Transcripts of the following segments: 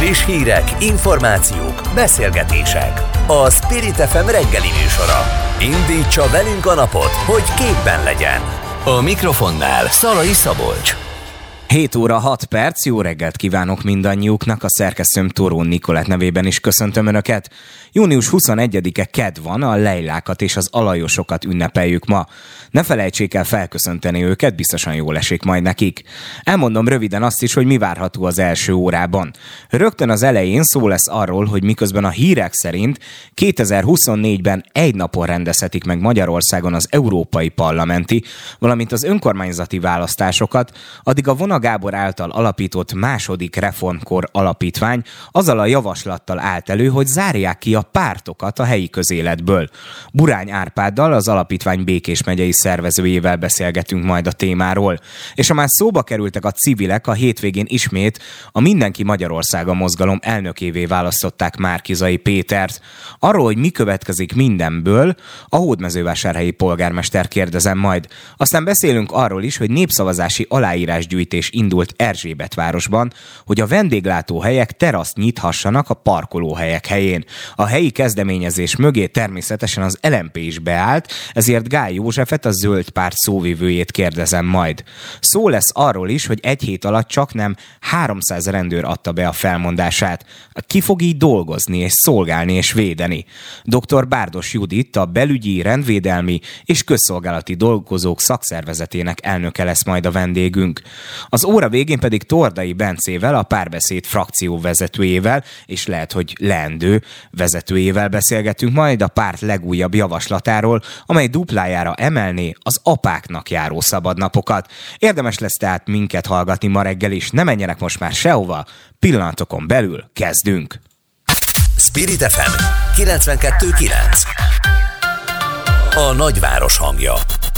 Friss hírek, információk, beszélgetések. A Spirit FM reggeli műsora. Indítsa velünk a napot, hogy képben legyen. A mikrofonnál Szalai Szabolcs. 7 óra 6 perc, jó reggelt kívánok mindannyiuknak, a szerkesztőm Torón Nikolett nevében is köszöntöm Önöket. Június 21-e kedd van, a Leilákat és az Alajosokat ünnepeljük ma. Ne felejtsék el felköszönteni őket, biztosan jól esik majd nekik. Elmondom röviden azt is, hogy mi várható az első órában. Rögtön az elején szó lesz arról, hogy miközben a hírek szerint 2024-ben egy napon rendezhetik meg Magyarországon az európai parlamenti, valamint az önkormányzati választásokat, addig a Vona Gábor által alapított második reformkor alapítvány azzal a javaslattal állt elő, hogy zárják ki a pártokat a helyi közéletből. Burány Árpáddal, az alapítvány Békés megyei szervezőjével beszélgetünk majd a témáról. És ha már szóba kerültek a civilek, a hétvégén ismét a Mindenki Magyarországa mozgalom elnökévé választották Márki-Zay Pétert. Arról, hogy mi következik mindenből, a hódmezővásárhelyi polgármester kérdezem majd. Aztán beszélünk arról is, hogy népszavazási aláírásgyűjtés indult Erzsébetvárosban, hogy a vendéglátóhelyek teraszt nyithassanak a parkolóhelyek helyén. A helyi kezdeményezés mögé természetesen az LMP is beállt, ezért Gály Józsefet, a Zöld Párt szóvivőjét kérdezem majd. Szó lesz arról is, hogy egy hét alatt csaknem 300 rendőr adta be a felmondását. Ki fog így dolgozni és szolgálni és védeni? Dr. Bárdos Judit, a Belügyi, Rendvédelmi és Közszolgálati Dolgozók Szakszervezetének elnöke lesz majd a vendégünk. Az óra végén pedig Tordai Bencével, a Párbeszéd frakció vezetőjével, és lehet, hogy leendő vezetőjével beszélgetünk majd a párt legújabb javaslatáról, amely duplájára emelné az apáknak járó szabadnapokat. Érdemes lesz tehát minket hallgatni ma reggel is, ne menjenek most már sehova, pillanatokon belül kezdünk. Spirit FM 92.9. A nagyváros hangja.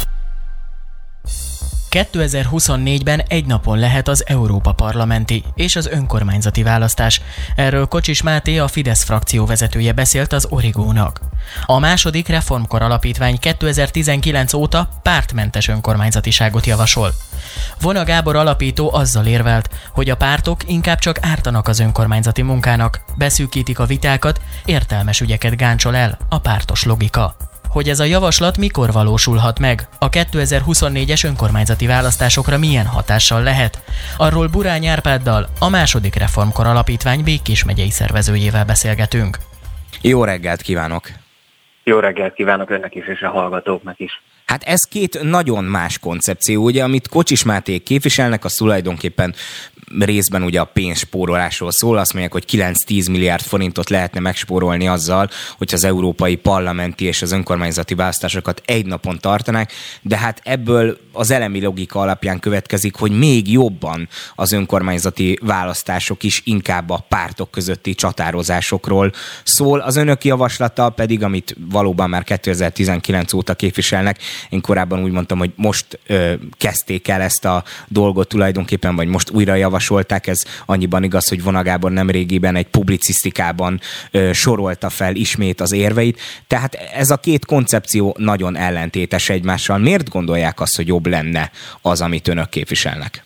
2024-ben egy napon lehet az Európa parlamenti és az önkormányzati választás. Erről Kocsis Máté, a Fidesz frakció vezetője beszélt az Origónak. A második reformkor alapítvány 2019 óta pártmentes önkormányzatiságot javasol. Vona Gábor alapító azzal érvelt, hogy a pártok inkább csak ártanak az önkormányzati munkának, beszűkítik a vitákat, értelmes ügyeket gáncol el a pártos logika. Hogy ez a javaslat mikor valósulhat meg, a 2024-es önkormányzati választásokra milyen hatással lehet, arról Burány Árpáddal, a második reformkor alapítvány Békés megyei szervezőjével beszélgetünk. Jó reggelt kívánok! Jó reggelt kívánok önnek is, és a hallgatóknak is. Hát ez két nagyon más koncepció, ugye, amit Kocsis Máték képviselnek, az tulajdonképpen részben ugye a pénzspórolásról szól, azt mondják, hogy 9-10 milliárd forintot lehetne megspórolni azzal, hogy az európai parlamenti és az önkormányzati választásokat egy napon tartanák, de hát ebből az elemi logika alapján következik, hogy még jobban az önkormányzati választások is inkább a pártok közötti csatározásokról szól. Az önök javaslata pedig, amit valóban már 2019 óta képviselnek, én korábban úgy mondtam, hogy most kezdték el ezt a dolgot tulajdonképpen, vagy most újra javasolták, ez annyiban igaz, hogy Vona Gábor nemrégiben egy publicisztikában sorolta fel ismét az érveit. Tehát ez a két koncepció nagyon ellentétes egymással. Miért gondolják azt, hogy jobb lenne az, amit önök képviselnek?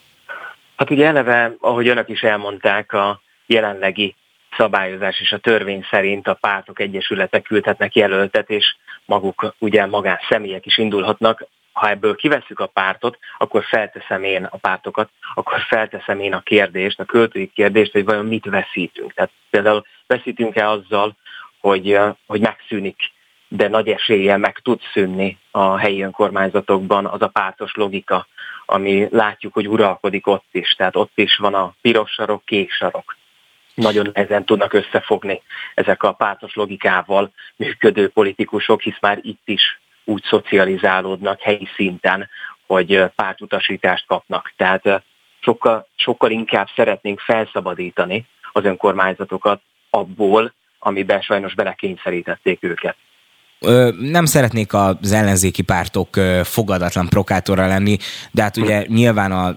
Hát ugye eleve, ahogy önök is elmondták, a jelenlegi szabályozás és a törvény szerint a pártok, egyesületek küldhetnek jelöltet, és maguk ugye magánszemélyek is indulhatnak. Ha ebből kivesszük a pártot, akkor felteszem én a pártokat, akkor felteszem én a kérdést, a költői kérdést, hogy vajon mit veszítünk. Tehát például veszítünk-e azzal, hogy megszűnik, de nagy eséllyel meg tud szűnni a helyi önkormányzatokban az a pártos logika, ami látjuk, hogy uralkodik ott is. Tehát ott is van a piros sarok, kék sarok. Nagyon nehezen tudnak összefogni ezek a pártos logikával működő politikusok, hisz már itt is úgy szocializálódnak helyi szinten, hogy pártutasítást kapnak. Tehát sokkal inkább szeretnénk felszabadítani az önkormányzatokat abból, amiben sajnos belekényszerítették őket. Nem szeretnék az ellenzéki pártok fogadatlan prokátora lenni, de hát ugye nyilván a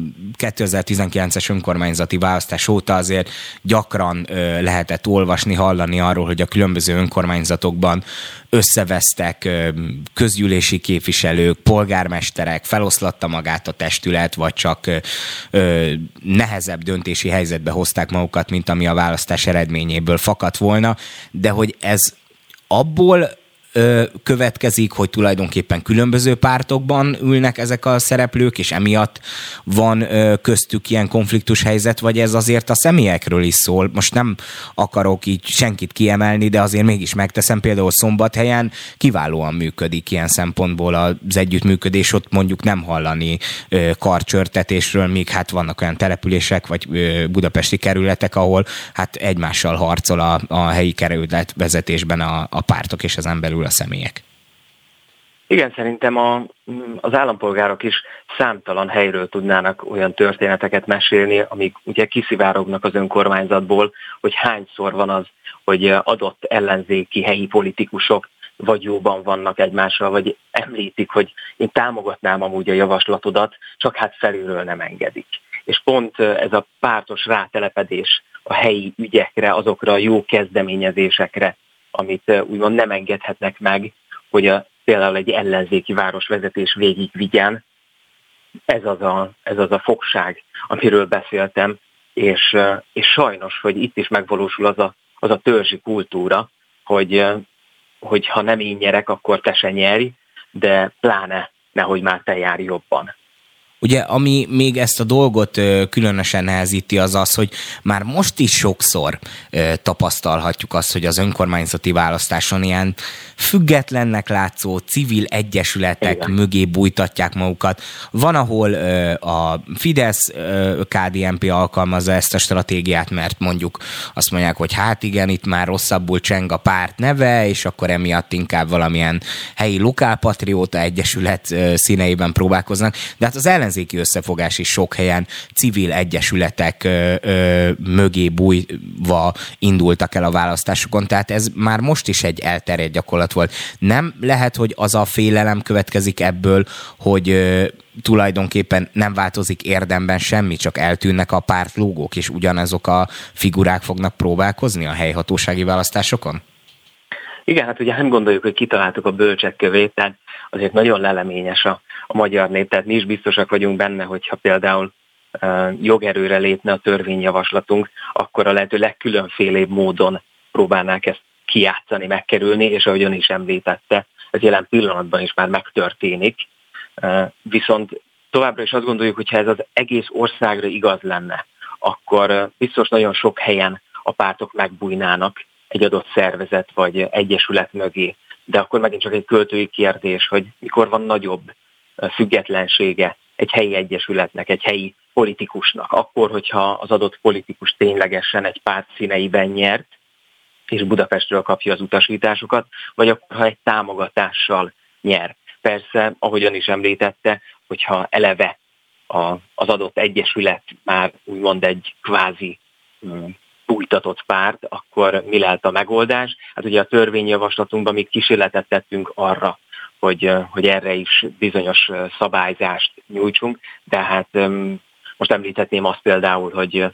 2019-es önkormányzati választás óta azért gyakran lehetett olvasni, hallani arról, hogy a különböző önkormányzatokban összevesztek közgyűlési képviselők, polgármesterek, feloszlatta magát a testület, vagy csak nehezebb döntési helyzetbe hozták magukat, mint ami a választás eredményéből fakadt volna, de hogy ez abból következik, hogy tulajdonképpen különböző pártokban ülnek ezek a szereplők, és emiatt van köztük ilyen konfliktus helyzet, vagy ez azért a személyekről is szól. Most nem akarok így senkit kiemelni, de azért mégis megteszem, például Szombathelyen kiválóan működik ilyen szempontból az együttműködés, ott mondjuk nem hallani karcsörtetésről, míg hát vannak olyan települések, vagy budapesti kerületek, ahol hát egymással harcol a helyi kerületvezetésben a pártok és ezen belül a személyek. Igen, szerintem az állampolgárok is számtalan helyről tudnának olyan történeteket mesélni, amik ugye kiszivárognak az önkormányzatból, hogy hányszor van az, hogy adott ellenzéki helyi politikusok vagy jóban vannak egymással, vagy említik, hogy én támogatnám amúgy a javaslatodat, csak hát felülről nem engedik. És pont ez a pártos rátelepedés a helyi ügyekre, azokra a jó kezdeményezésekre, amit úgymond nem engedhetnek meg, hogy például egy ellenzéki városvezetés végigvigyen. Ez az a fogság, amiről beszéltem, és sajnos, hogy itt is megvalósul az a törzsi kultúra, hogy ha nem én nyerek, akkor te se nyerj, de pláne nehogy már te járj jobban. Ugye, ami még ezt a dolgot különösen nehezíti, az az, hogy már most is sokszor tapasztalhatjuk azt, hogy az önkormányzati választáson ilyen függetlennek látszó civil egyesületek mögé bújtatják magukat. Van, ahol a Fidesz KDNP alkalmazza ezt a stratégiát, mert mondjuk azt mondják, hogy hát igen, itt már rosszabbul cseng a párt neve, és akkor emiatt inkább valamilyen helyi lokálpatrióta egyesület színeiben próbálkoznak. De hát az ellenzéki összefogás is sok helyen civil egyesületek mögé bújva indultak el a választásokon, tehát ez már most is egy elterjedt gyakorlat volt. Nem lehet, hogy az a félelem következik ebből, hogy tulajdonképpen nem változik érdemben semmi, csak eltűnnek a pártlógók, és ugyanazok a figurák fognak próbálkozni a helyhatósági választásokon? Igen, hát ugye nem gondoljuk, hogy kitaláltuk a bölcsek kövét, tehát azért nagyon leleményes a magyar nép, tehát mi is biztosak vagyunk benne, hogyha például jogerőre lépne a törvényjavaslatunk, akkor a lehető legkülönfélébb módon próbálnák ezt kijátszani, megkerülni, és ahogy ön is említette, ez jelen pillanatban is már megtörténik. Viszont továbbra is azt gondoljuk, hogy ha ez az egész országra igaz lenne, akkor biztos nagyon sok helyen a pártok megbújnának egy adott szervezet vagy egyesület mögé, de akkor megint csak egy költői kérdés, hogy mikor van nagyobb függetlensége egy helyi egyesületnek, egy helyi politikusnak, akkor, hogyha az adott politikus ténylegesen egy párt színeiben nyert, és Budapestről kapja az utasításokat, vagy akkor, ha egy támogatással nyer. Persze, ahogyan is említette, hogyha eleve az adott egyesület már úgymond egy kvázi bújtatott párt, akkor mi lehet a megoldás? Hát ugye a törvényjavaslatunkban még kísérletet tettünk arra, hogy erre is bizonyos szabályzást nyújtsunk, de hát most említhetném azt például,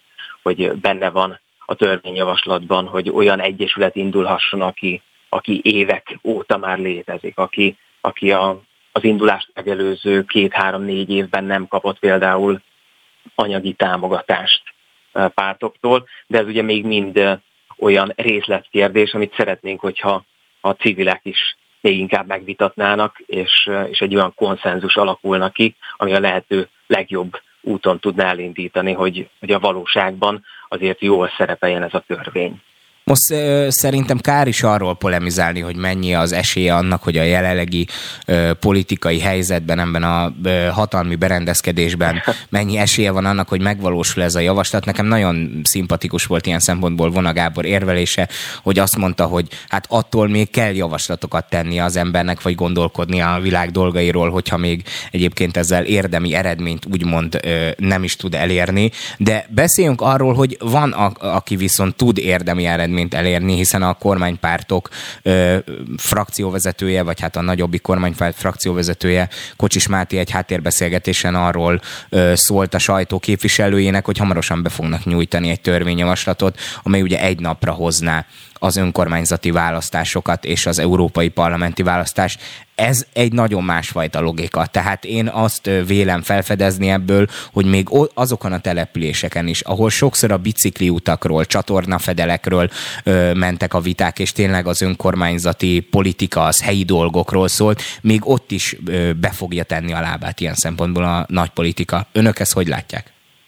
hogy benne van a törvényjavaslatban, hogy olyan egyesület indulhasson, aki évek óta már létezik, aki az indulást megelőző 2-3-4 évben nem kapott például anyagi támogatást pártoktól, de ez ugye még mind olyan részletkérdés, amit szeretnénk, hogyha a civilek is még inkább megvitatnának, és egy olyan konszenzus alakulna ki, ami a lehető legjobb úton tudná elindítani, hogy a valóságban azért jól szerepeljen ez a törvény. Most szerintem kár is arról polemizálni, hogy mennyi az esélye annak, hogy a jelenlegi politikai helyzetben, ebben a hatalmi berendezkedésben mennyi esélye van annak, hogy megvalósul ez a javaslat. Nekem nagyon szimpatikus volt ilyen szempontból Vona Gábor érvelése, hogy azt mondta, hogy hát attól még kell javaslatokat tenni az embernek, vagy gondolkodni a világ dolgairól, hogyha még egyébként ezzel érdemi eredményt úgymond nem is tud elérni. De beszéljünk arról, hogy van, aki viszont tud érdemi eredményt eredményt elérni, hiszen a kormánypártok frakcióvezetője, vagy hát a nagyobbik kormánypárt frakcióvezetője, Kocsis Máté egy háttérbeszélgetésen arról szólt a sajtó képviselőjének, hogy hamarosan be fognak nyújtani egy törvényjavaslatot, amely ugye egy napra hozná az önkormányzati választásokat és az európai parlamenti választást. Ez egy nagyon másfajta logika. Tehát én azt vélem felfedezni ebből, hogy még azokon a településeken is, ahol sokszor a bicikliutakról, csatornafedelekről mentek a viták, és tényleg az önkormányzati politika, az helyi dolgokról szólt, még ott is be fogja tenni a lábát ilyen szempontból a nagy politika. Önök ezt hogy látják?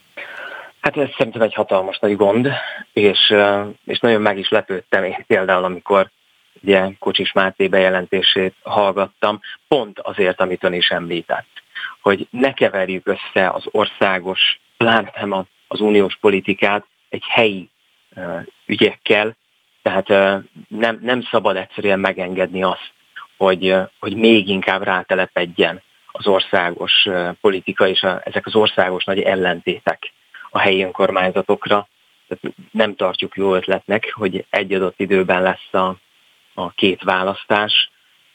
Hát ez szerintem egy hatalmas nagy gond, és nagyon meg is lepődtem én például, amikor ugye Kocsis Máté bejelentését hallgattam, pont azért, amit ön is említett, hogy ne keverjük össze az országos, pláne nem az uniós politikát egy helyi ügyekkel, tehát nem szabad egyszerűen megengedni azt, hogy még inkább rátelepedjen az országos politika és ezek az országos nagy ellentétek a helyi önkormányzatokra. Tehát nem tartjuk jó ötletnek, hogy egy adott időben lesz a két választás.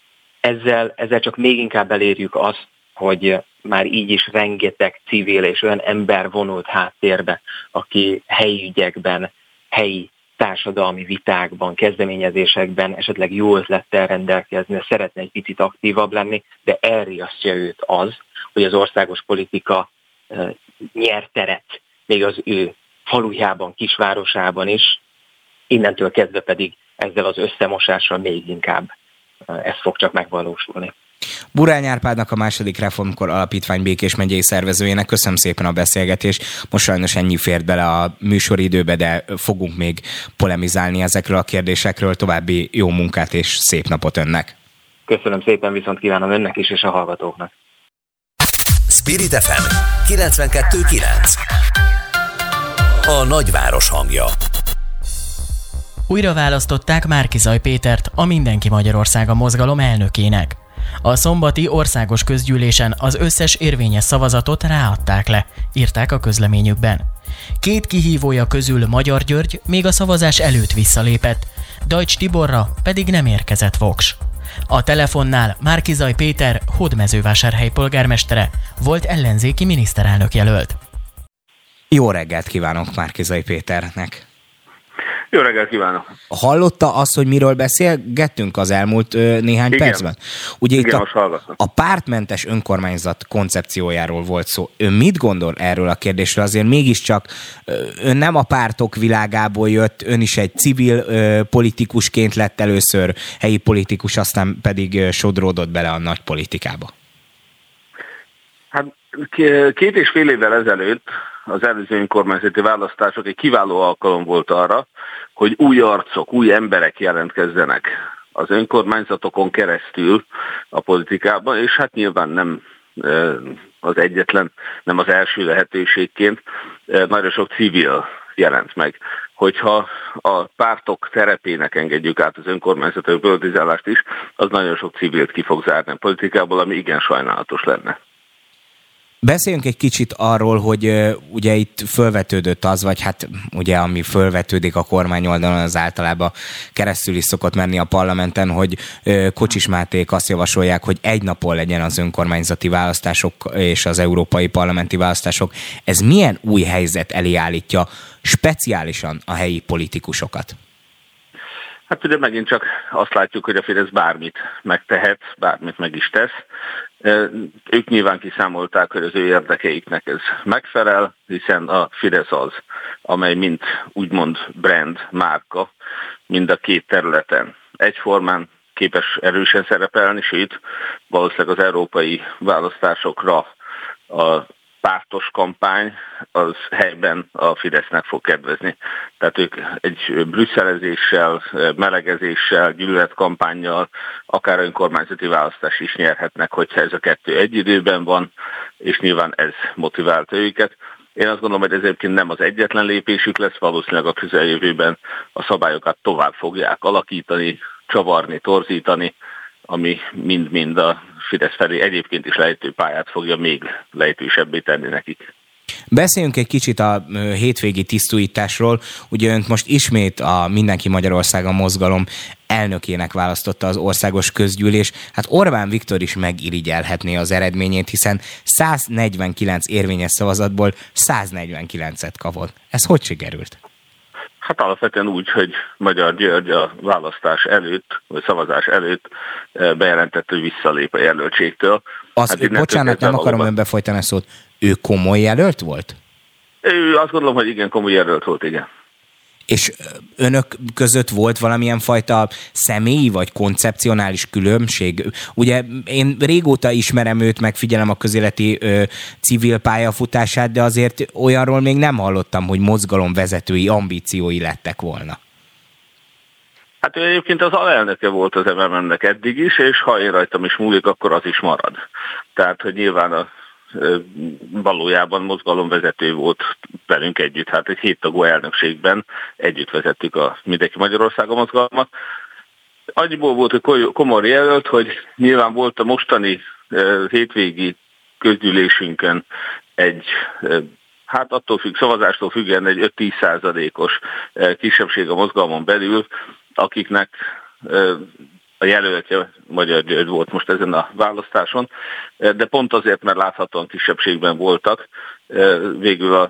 Ezzel csak még inkább elérjük azt, hogy már így is rengeteg civil és olyan ember vonult háttérbe, aki helyi ügyekben, helyi társadalmi vitákban, kezdeményezésekben esetleg jó ötlettel rendelkezni, szeretne egy picit aktívabb lenni, de elriasztja őt az, hogy az országos politika nyer teret még az ő falujában, kisvárosában is, innentől kezdve pedig ezzel az összemosással még inkább ez fog csak megvalósulni. Burány Árpádnak, a második Reformkor Alapítvány Békés megyei szervezőjének köszönöm szépen a beszélgetést. Most sajnos ennyi fért bele a műsoridőbe, de fogunk még polemizálni ezekről a kérdésekről. További jó munkát és szép napot önnek. Köszönöm szépen, viszont kívánom önnek is és a hallgatóknak. Spirit FM 92.9. A nagyváros hangja. Újra választották Márki-Zay Pétert a Mindenki Magyarországa mozgalom elnökének. A szombati országos közgyűlésen az összes érvényes szavazatot ráadták le, írták a közleményükben. Két kihívója közül Magyar György még a szavazás előtt visszalépett, Deutsch Tiborra pedig nem érkezett voks. A telefonnál Márki-Zay Péter Hódmezővásárhely polgármestere, volt ellenzéki miniszterelnök jelölt. Jó reggelt kívánok Márki-Zay Péternek! Jó reggelt kívánok! Hallotta azt, hogy miről beszélgettünk az elmúlt néhány percben? Ugye igen, itt a pártmentes önkormányzat koncepciójáról volt szó. Ön mit gondol erről a kérdésről? Azért mégiscsak ön nem a pártok világából jött, ön is egy civil politikusként lett először helyi politikus, aztán pedig sodródott bele a nagy politikába. Hát 2,5 évvel ezelőtt az előző önkormányzati választások egy kiváló alkalom volt arra, hogy új arcok, új emberek jelentkezzenek az önkormányzatokon keresztül a politikában, és hát nyilván nem az egyetlen, nem az első lehetőségként nagyon sok civil jelent meg. Hogyha a pártok terepének engedjük át az önkormányzati politizálást is, az nagyon sok civilt ki fog zárni a politikából, ami igen sajnálatos lenne. Beszéljünk egy kicsit arról, hogy ugye itt fölvetődött az, vagy hát ugye ami fölvetődik a kormány oldalon, az általában keresztül is szokott menni a parlamenten, hogy Kocsis Máték azt javasolják, hogy egy napon legyen az önkormányzati választások és az európai parlamenti választások. Ez milyen új helyzet elé állítja speciálisan a helyi politikusokat? Hát ugye megint csak azt látjuk, hogy a Fidesz bármit megtehet, bármit meg is tesz. Ők nyilván kiszámolták, hogy az ő érdekeiknek ez megfelel, hiszen a Fidesz az, amely mind úgymond brand, márka, mind a két területen egyformán képes erősen szerepelni, sőt, valószínűleg az európai választásokra a pártos kampány az helyben a Fidesznek fog kedvezni. Tehát ők egy brüsszelezéssel, melegezéssel, gyűlöletkampánnyal, akár önkormányzati választást is nyerhetnek, hogyha ez a kettő egy időben van, és nyilván ez motiválta őket. Én azt gondolom, hogy ez egyébként nem az egyetlen lépésük lesz, valószínűleg a közeljövőben a szabályokat tovább fogják alakítani, csavarni, torzítani, ami mind-mind a Fidesz felé egyébként is lejtő pályát fogja még lejtősebbé tenni nekik. Beszéljünk egy kicsit a hétvégi tisztújításról. Ugye önt most ismét a Mindenki Magyarországon mozgalom elnökének választotta az országos közgyűlés. Hát Orbán Viktor is megirigyelhetné az eredményét, hiszen 149 érvényes szavazatból 149-et kapott. Ez hogy sikerült? Hát alapvetően úgy, hogy Magyar György a választás előtt, vagy szavazás előtt bejelentett, hogy visszalép a jelöltségtől. Bocsánat, nem akarom önbe folytani a szót. Ő komoly jelölt volt? Ő azt gondolom, hogy igen, komoly jelölt volt, igen. És önök között volt valamilyen fajta személyi vagy koncepcionális különbség? Ugye én régóta ismerem őt, megfigyelem a közéleti civil pályafutását, de azért olyanról még nem hallottam, hogy mozgalomvezetői ambíciói lettek volna. Hát ő egyébként az alelnöke volt az MMM-nek eddig is, és ha én rajtam is múlik, akkor az is marad. Tehát, hogy nyilván valójában mozgalomvezető volt velünk együtt, hát egy 7 tagú elnökségben együtt vezettük a Mindenki Magyarországon mozgalmat. Annyiból volt, hogy komoly jelölt, hogy nyilván volt a mostani hétvégi közgyűlésünkön egy, hát attól függ, szavazástól függően egy 5-10%-os kisebbség a mozgalmon belül, akiknek a jelöltje Magyar György volt most ezen a választáson, de pont azért, mert láthatóan kisebbségben voltak, végül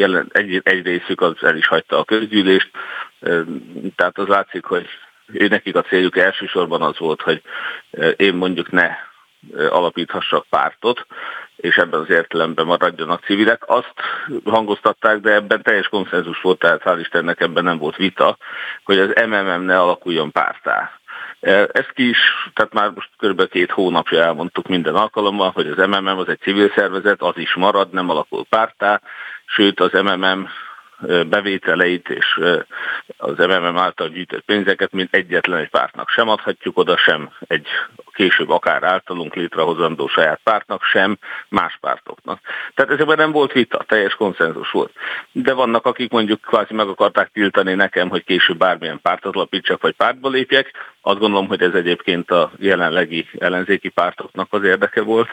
egy részük az el is hagyta a közgyűlést, tehát az látszik, hogy nekik a céljuk elsősorban az volt, hogy én mondjuk ne alapíthassak pártot, és ebben az értelemben maradjanak civilek. Azt hangoztatták, de ebben teljes konszenzus volt, tehát hál' Istennek ebben nem volt vita, hogy az MMM ne alakuljon párttá. Ezt ki is, tehát már most kb. 2 hónapja elmondtuk minden alkalommal, hogy az MMM az egy civil szervezet, az is marad, nem alakul párttá, sőt az MMM bevételeit és az MMM által gyűjtött pénzeket mint egyetlen egy pártnak sem adhatjuk oda, sem egy később akár általunk létrehozandó saját pártnak, sem más pártoknak. Tehát ezekben nem volt vita, teljes konszenzus volt. De vannak, akik mondjuk kvázi meg akarták tiltani nekem, hogy később bármilyen pártot alapítsak, vagy pártba lépjek. Azt gondolom, hogy ez egyébként a jelenlegi ellenzéki pártoknak az érdeke volt,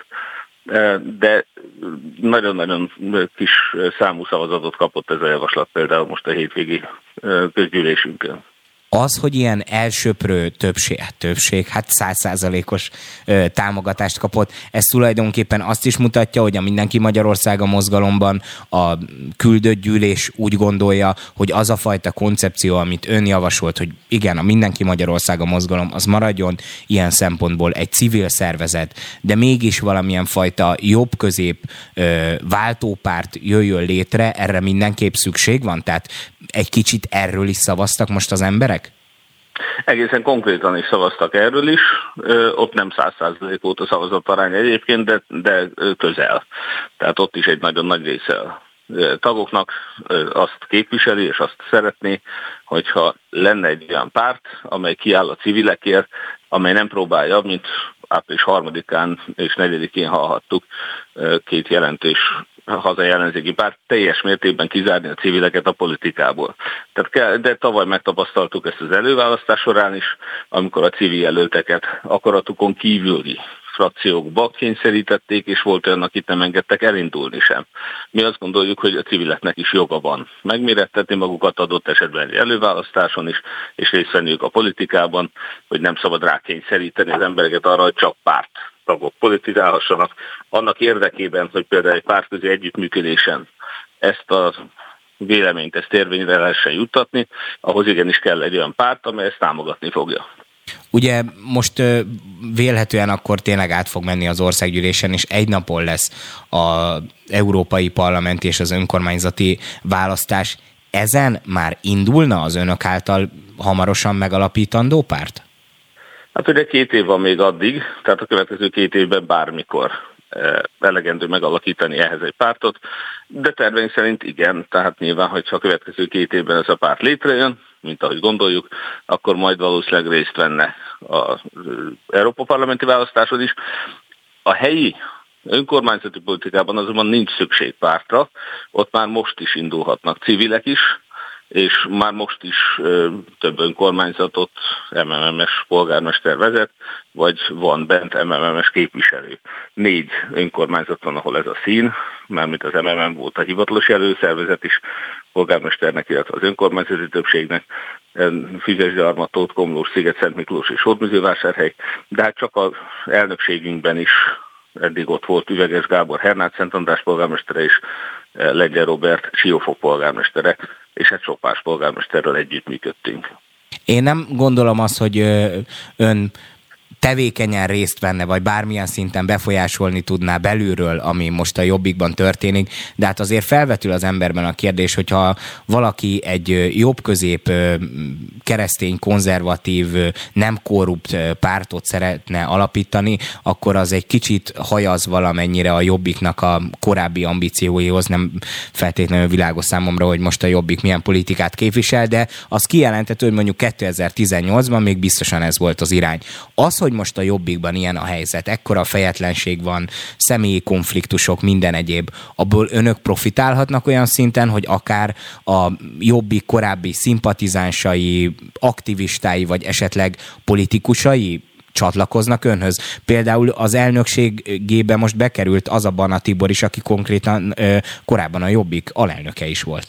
de nagyon-nagyon kis számú szavazatot kapott ez a javaslat például most a hétvégi közgyűlésünkön. Az, hogy ilyen elsöprő többség, hát 100%-os támogatást kapott, ez tulajdonképpen azt is mutatja, hogy a Mindenki Magyarországon mozgalomban a küldött gyűlés úgy gondolja, hogy az a fajta koncepció, amit ön javasolt, hogy igen, a Mindenki Magyarországon mozgalom, az maradjon ilyen szempontból egy civil szervezet, de mégis valamilyen fajta jobb-közép váltópárt jöjjön létre, erre mindenképp szükség van? Tehát egy kicsit erről is szavaztak most az emberek? Egészen konkrétan is szavaztak erről is, ott nem 100% volt a szavazatarány egyébként, de közel. Tehát ott is egy nagyon nagy része a tagoknak azt képviseli, és azt szeretné, hogyha lenne egy olyan párt, amely kiáll a civilekért, amely nem próbálja, mint április 3-án és 4-én hallhattuk, 2 jelentős hazai ellenzéki párt teljes mértékben kizárni a civileket a politikából. De tavaly megtapasztaltuk ezt az előválasztás során is, amikor a civil jelölteket akaratukon kívüli frakciókba kényszerítették, és volt olyan, akit nem engedtek elindulni sem. Mi azt gondoljuk, hogy a civileknek is joga van megmérettetni magukat adott esetben egy előválasztáson is, és részt venniük a politikában, hogy nem szabad rákényszeríteni az embereket arra, hogy csak párttagok politizálhassanak. Annak érdekében, hogy például egy pártközi együttműködésen ezt a véleményt, ezt érvényre lehessen juttatni, ahhoz igenis kell egy olyan párt, amely ezt támogatni fogja. Ugye most vélhetően akkor tényleg át fog menni az országgyűlésen, és egy napon lesz az európai parlamenti és az önkormányzati választás. Ezen már indulna az önök által hamarosan megalapítandó párt? Hát ugye 2 év van még addig, tehát a következő 2 évben bármikor elegendő megalakítani ehhez egy pártot, de terveink szerint igen, tehát nyilván, hogyha a következő 2 évben ez a párt létrejön, mint ahogy gondoljuk, akkor majd valószínűleg részt venne az Európa parlamenti választáson is. A helyi önkormányzati politikában azonban nincs szükség pártra, ott már most is indulhatnak civilek is, és már most is több önkormányzatot MMM-es polgármester vezet, vagy van bent MMM-es képviselő. 4 önkormányzat van, ahol ez a szín, mármint az MMM volt a hivatalos jelölszervezet is polgármesternek, illetve az önkormányzati többségnek, Füzesgyarmat, Tóth Komlós, Sziget-Szentmiklós és Hódmezővásárhely, de hát csak az elnökségünkben is eddig ott volt Üveges Gábor Hernád-Szent András polgármestere és Lengyel Robert Siófok polgármestere, és hát sok más polgármesterrel együttműködtünk. Én nem gondolom azt, hogy ön tevékenyen részt venne, vagy bármilyen szinten befolyásolni tudná belülről, ami most a Jobbikban történik, de hát azért felvetül az emberben a kérdés, hogyha valaki egy jobb-közép keresztény, konzervatív, nem korrupt pártot szeretne alapítani, akkor az egy kicsit hajaz valamennyire a Jobbiknak a korábbi ambícióihoz, nem feltétlenül világos számomra, hogy most a Jobbik milyen politikát képvisel, de az kijelenthető, hogy mondjuk 2018-ban még biztosan ez volt az irány. Az, hogy most a Jobbikban ilyen a helyzet, ekkora fejetlenség van, személyi konfliktusok, minden egyéb, abból önök profitálhatnak olyan szinten, hogy akár a Jobbik korábbi szimpatizánsai, aktivistái, vagy esetleg politikusai csatlakoznak önhöz. Például az elnökségébe most bekerült az a Barna Tibor is, aki konkrétan korábban a Jobbik alelnöke is volt.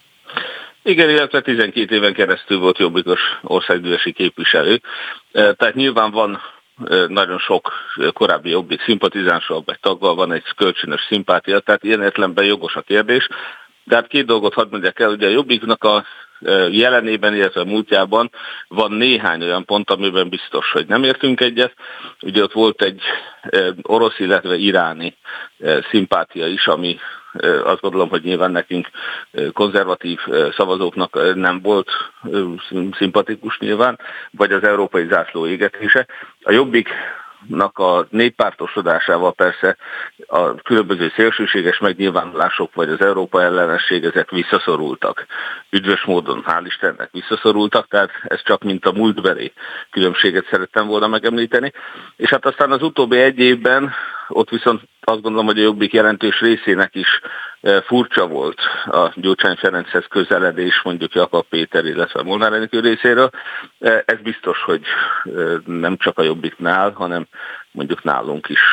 Igen, illetve 12 éven keresztül volt jobbikos országgyűlési képviselő. Tehát nyilván van nagyon sok korábbi Jobbik szimpatizánsról, vagy taggal van egy kölcsönös szimpátia, tehát ilyen értelemben jogos a kérdés. De hát 2 dolgot hadd mondjak el, ugye a Jobbiknak a jelenében, illetve a múltjában van néhány olyan pont, amiben biztos, hogy nem értünk egyet. Ugye ott volt egy orosz, illetve iráni szimpátia is, ami azt gondolom, hogy nyilván nekünk konzervatív szavazóknak nem volt szimpatikus nyilván, vagy az európai zászló égetése. A Jobbiknak a néppártosodásával persze a különböző szélsőséges megnyilvánulások, vagy az Európa ellenesség, ezek visszaszorultak. Üdvös módon, hál' Istennek visszaszorultak, tehát ez csak mint a múltbeli különbséget szerettem volna megemlíteni. És hát aztán az utóbbi 1 évben ott viszont azt gondolom, hogy a Jobbik jelentős részének is furcsa volt a Gyurcsány Ferenchez közeledés, mondjuk Jakab Péter, illetve Molnár Enikő részéről. Ez biztos, hogy nem csak a Jobbiknál, hanem mondjuk nálunk is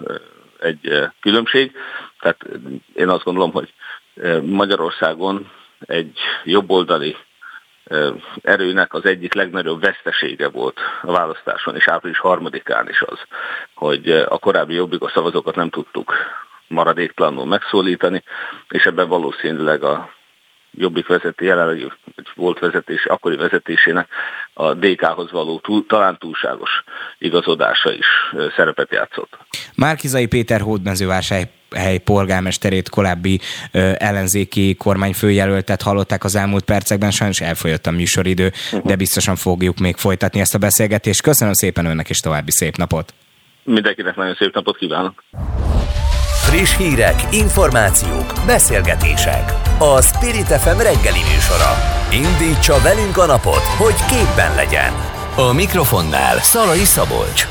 egy különbség. Tehát én azt gondolom, hogy Magyarországon egy jobboldali erőnek az egyik legnagyobb vesztesége volt a választáson, és április 3-án is az, hogy a korábbi jobbikos szavazókat nem tudtuk maradéktalanul megszólítani, és ebben valószínűleg a Jobbik jelenlegi volt vezetés, akkori vezetésének a DK-hoz való talán túlságos igazodása is szerepet játszott. Márki-Zay Péter Hódmezővásárhely polgármesterét, korábbi ellenzéki kormányfőjelöltet hallották az elmúlt percekben, sajnos elfogyott a műsoridő, de biztosan fogjuk még folytatni ezt a beszélgetést. Köszönöm szépen önnek, és további szép napot! Mindenkinek nagyon szép napot kívánok! Friss hírek, információk, beszélgetések. A Spirit FM reggeli műsora. Indítsa velünk a napot, hogy képben legyen. A mikrofonnál Szalai Szabolcs.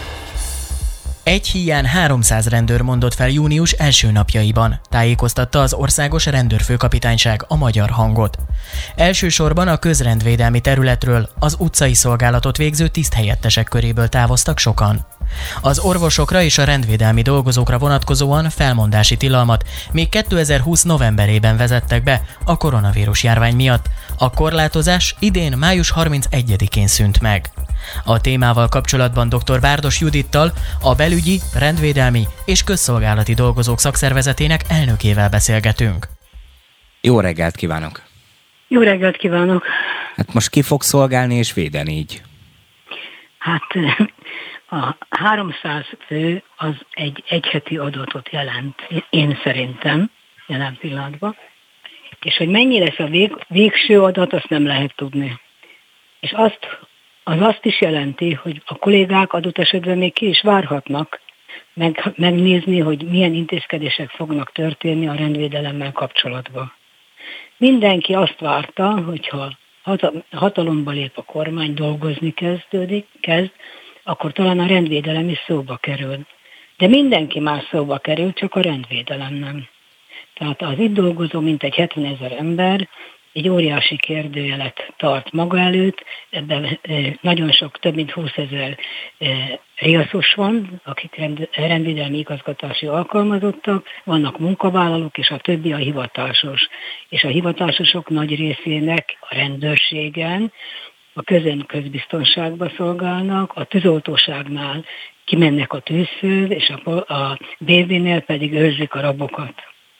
Egy híján 300 rendőr mondott fel június első napjaiban, tájékoztatta az Országos Rendőrfőkapitányság a Magyar Hangot. Elsősorban a közrendvédelmi területről, az utcai szolgálatot végző tiszthelyettesek köréből távoztak sokan. Az orvosokra és a rendvédelmi dolgozókra vonatkozóan felmondási tilalmat még 2020 novemberében vezettek be a koronavírus járvány miatt. A korlátozás idén május 31-én szűnt meg. A témával kapcsolatban dr. Várdos Judittal, a belügyi, rendvédelmi és közszolgálati dolgozók szakszervezetének elnökével beszélgetünk. Jó reggelt kívánok! Jó reggelt kívánok! Hát most ki fog szolgálni és védeni így? Hát a 300 fő az egy egyheti adatot jelent, én szerintem, jelen pillanatban. És hogy mennyi lesz a végső adat, azt nem lehet tudni. És azt is jelenti, hogy a kollégák adott esetben még ki is várhatnak megnézni, hogy milyen intézkedések fognak történni a rendvédelemmel kapcsolatban. Mindenki azt várta, hogyha hatalomba lép a kormány, dolgozni kezd, akkor talán a rendvédelem is szóba kerül. De mindenki más szóba kerül, csak a rendvédelem nem. Tehát az itt dolgozó mintegy 70 000 ember egy óriási kérdőjelet tart maga előtt, ebben nagyon sok, több mint 20 000 riaszos van, akik rendvédelmi igazgatási alkalmazottak, vannak munkavállalók, és a többi a hivatásos. És a hivatásosok nagy részének a rendőrségen, a közbiztonságba szolgálnak, a tűzoltóságnál kimennek a tűzhöz, és a BV-nél pedig őrzik a rabokat.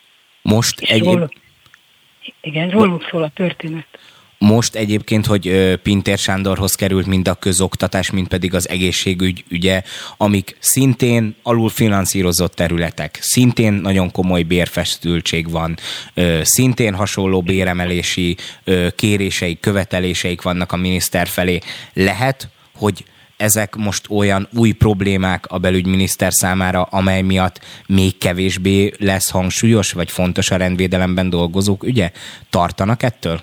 Róluk szól a történet. Most egyébként, hogy Pintér Sándorhoz került mind a közoktatás, mind pedig az egészségügy ügye, amik szintén alulfinanszírozott területek, szintén nagyon komoly bérfeszültség van, szintén hasonló béremelési kéréseik, követeléseik vannak a miniszter felé. Lehet, hogy ezek most olyan új problémák a belügyminiszter számára, amely miatt még kevésbé lesz hangsúlyos, vagy fontos a rendvédelemben dolgozók ügye? Tartanak ettől?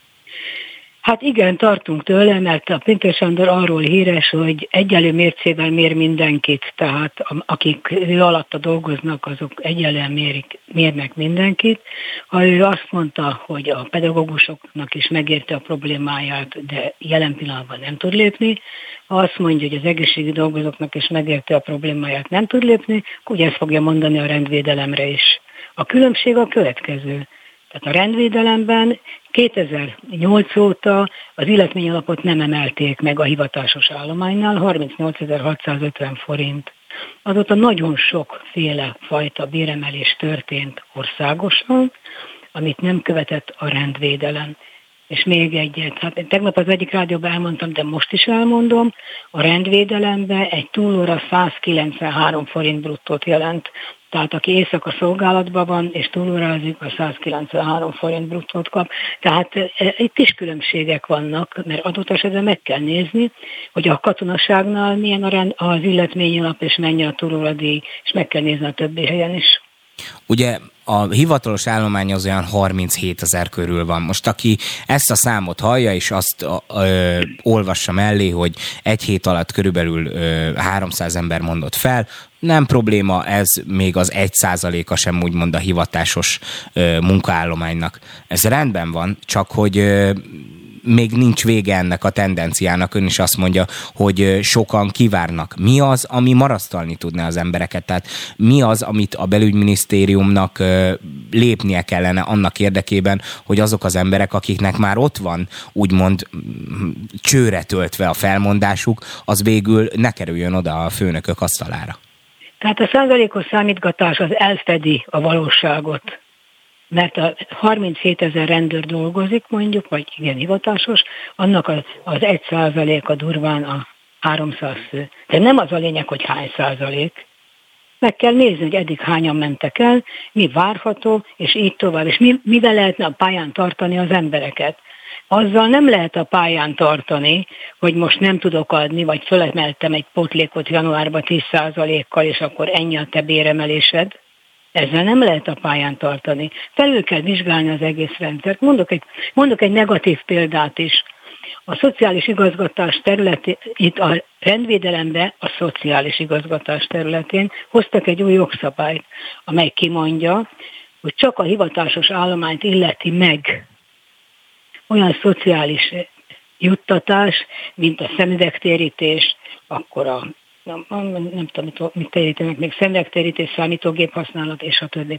Hát igen, tartunk tőle, mert a Pintér Sándor arról híres, hogy egyenlő mércével mér mindenkit, tehát akik ő alatta dolgoznak, azok egyenlően mérnek mindenkit. Ha ő azt mondta, hogy a pedagógusoknak is megérte a problémáját, de jelen pillanatban nem tud lépni, ha azt mondja, hogy az egészségügyi dolgozóknak is megérte a problémáját, nem tud lépni, akkor ugye ezt fogja mondani a rendvédelemre is. A különbség a következő. Tehát a rendvédelemben 2008 óta az illetményalapot nem emelték meg a hivatásos állománynál, 38.650 forint. Azóta nagyon sokféle fajta béremelés történt országosan, amit nem követett a rendvédelem. És még egyet, hát tegnap az egyik rádióban elmondtam, de most is elmondom, a rendvédelemben egy túlóra 193 forint bruttót jelent. Tehát aki éjszaka szolgálatban van, és túlórázik, a 193 forint bruttót kap. Tehát itt is különbségek vannak, mert adott esetben meg kell nézni, hogy a katonaságnál milyen az illetményalap, és mennyi a túlóradíj, és meg kell nézni a többi helyen is. Ugye a hivatalos állomány az olyan 37 000 körül van. Most aki ezt a számot hallja, és azt olvassa mellé, hogy egy hét alatt körülbelül 300 ember mondott fel, nem probléma, ez még az 1%-a sem úgymond a hivatásos munkaállománynak. Ez rendben van, csak hogy még nincs vége ennek a tendenciának. Ön is azt mondja, hogy sokan kivárnak. Mi az, ami marasztalni tudná az embereket? Tehát mi az, amit a belügyminisztériumnak lépnie kellene annak érdekében, hogy azok az emberek, akiknek már ott van úgymond csőre töltve a felmondásuk, az végül ne kerüljön oda a főnökök asztalára? Tehát a százalékos számítgatás az elfedi a valóságot. Mert a 37 000 rendőr dolgozik mondjuk, vagy igen hivatásos, annak az 1%-a durván a 300 fő. De nem az a lényeg, hogy hány százalék. Meg kell nézni, hogy eddig hányan mentek el, mi várható, és így tovább. És mivel lehetne a pályán tartani az embereket. Azzal nem lehet a pályán tartani, hogy most nem tudok adni, vagy fölemeltem egy pótlékot januárban 10%-kal, és akkor ennyi a te béremelésed. Ezzel nem lehet a pályán tartani. Felül kell vizsgálni az egész rendszert. Mondok egy negatív példát is. A szociális igazgatás területén, itt a rendvédelemben a szociális igazgatás területén hoztak egy új jogszabályt, amely kimondja, hogy csak a hivatásos állományt illeti meg olyan szociális juttatás, mint a szemüvegtérítés, akkor nem tudom, mit térítenek még, szemüvegtérítés, számítógép használat, és a többi.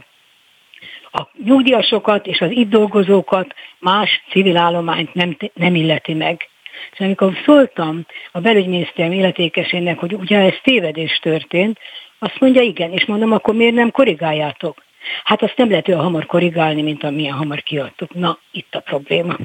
A nyugdíjasokat és az itt dolgozókat más civil állományt nem illeti meg. És amikor szóltam a belügyminisztérium illetékesének, hogy ugye ez tévedés történt, azt mondja igen, és mondom, akkor miért nem korrigáljátok? Hát azt nem lehet olyan hamar korrigálni, mint amilyen hamar kiadtuk. Na, itt a probléma.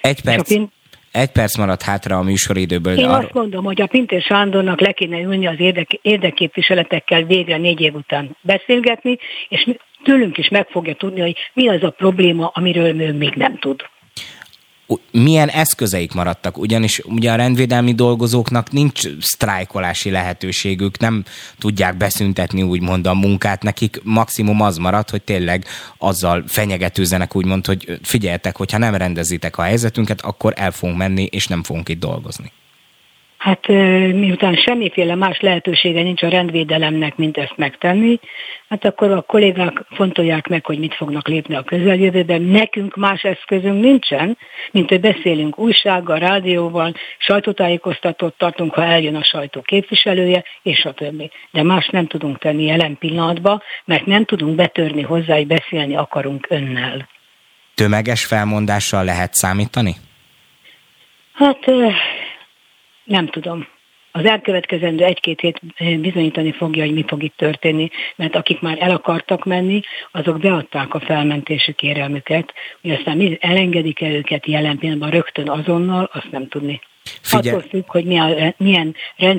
Egy perc maradt hátra a műsoridőből. Én azt mondom, hogy a Pintér Sándornak le kéne ülni az érdekképviseletekkel végre 4 év után beszélgetni, és tőlünk is meg fogja tudni, hogy mi az a probléma, amiről ő még nem tud. Milyen eszközeik maradtak? Ugyanis ugye a rendvédelmi dolgozóknak nincs sztrájkolási lehetőségük, nem tudják beszüntetni úgymond a munkát, nekik maximum az marad, hogy tényleg azzal fenyegetőzzenek úgymond, hogy figyeljetek, hogyha nem rendezitek a helyzetünket, akkor el fogunk menni, és nem fogunk itt dolgozni. Hát miután semmiféle más lehetősége nincs a rendvédelemnek, mint ezt megtenni, hát akkor a kollégák fontolják meg, hogy mit fognak lépni a közeljövőben. Nekünk más eszközünk nincsen, mint hogy beszélünk újsággal, rádióval, sajtótájékoztatót tartunk, ha eljön a sajtó képviselője, és a többi. De más nem tudunk tenni jelen pillanatban, mert nem tudunk betörni hozzá, hogy beszélni akarunk önnel. Tömeges felmondással lehet számítani? Hát nem tudom. Az elkövetkezendő 1-2 hét bizonyítani fogja, hogy mi fog itt történni, mert akik már el akartak menni, azok beadták a felmentési kérelmüket, hogy aztán elengedik el őket jelen pillanatban rögtön azonnal, azt nem tudni. Attól függ, hogy milyen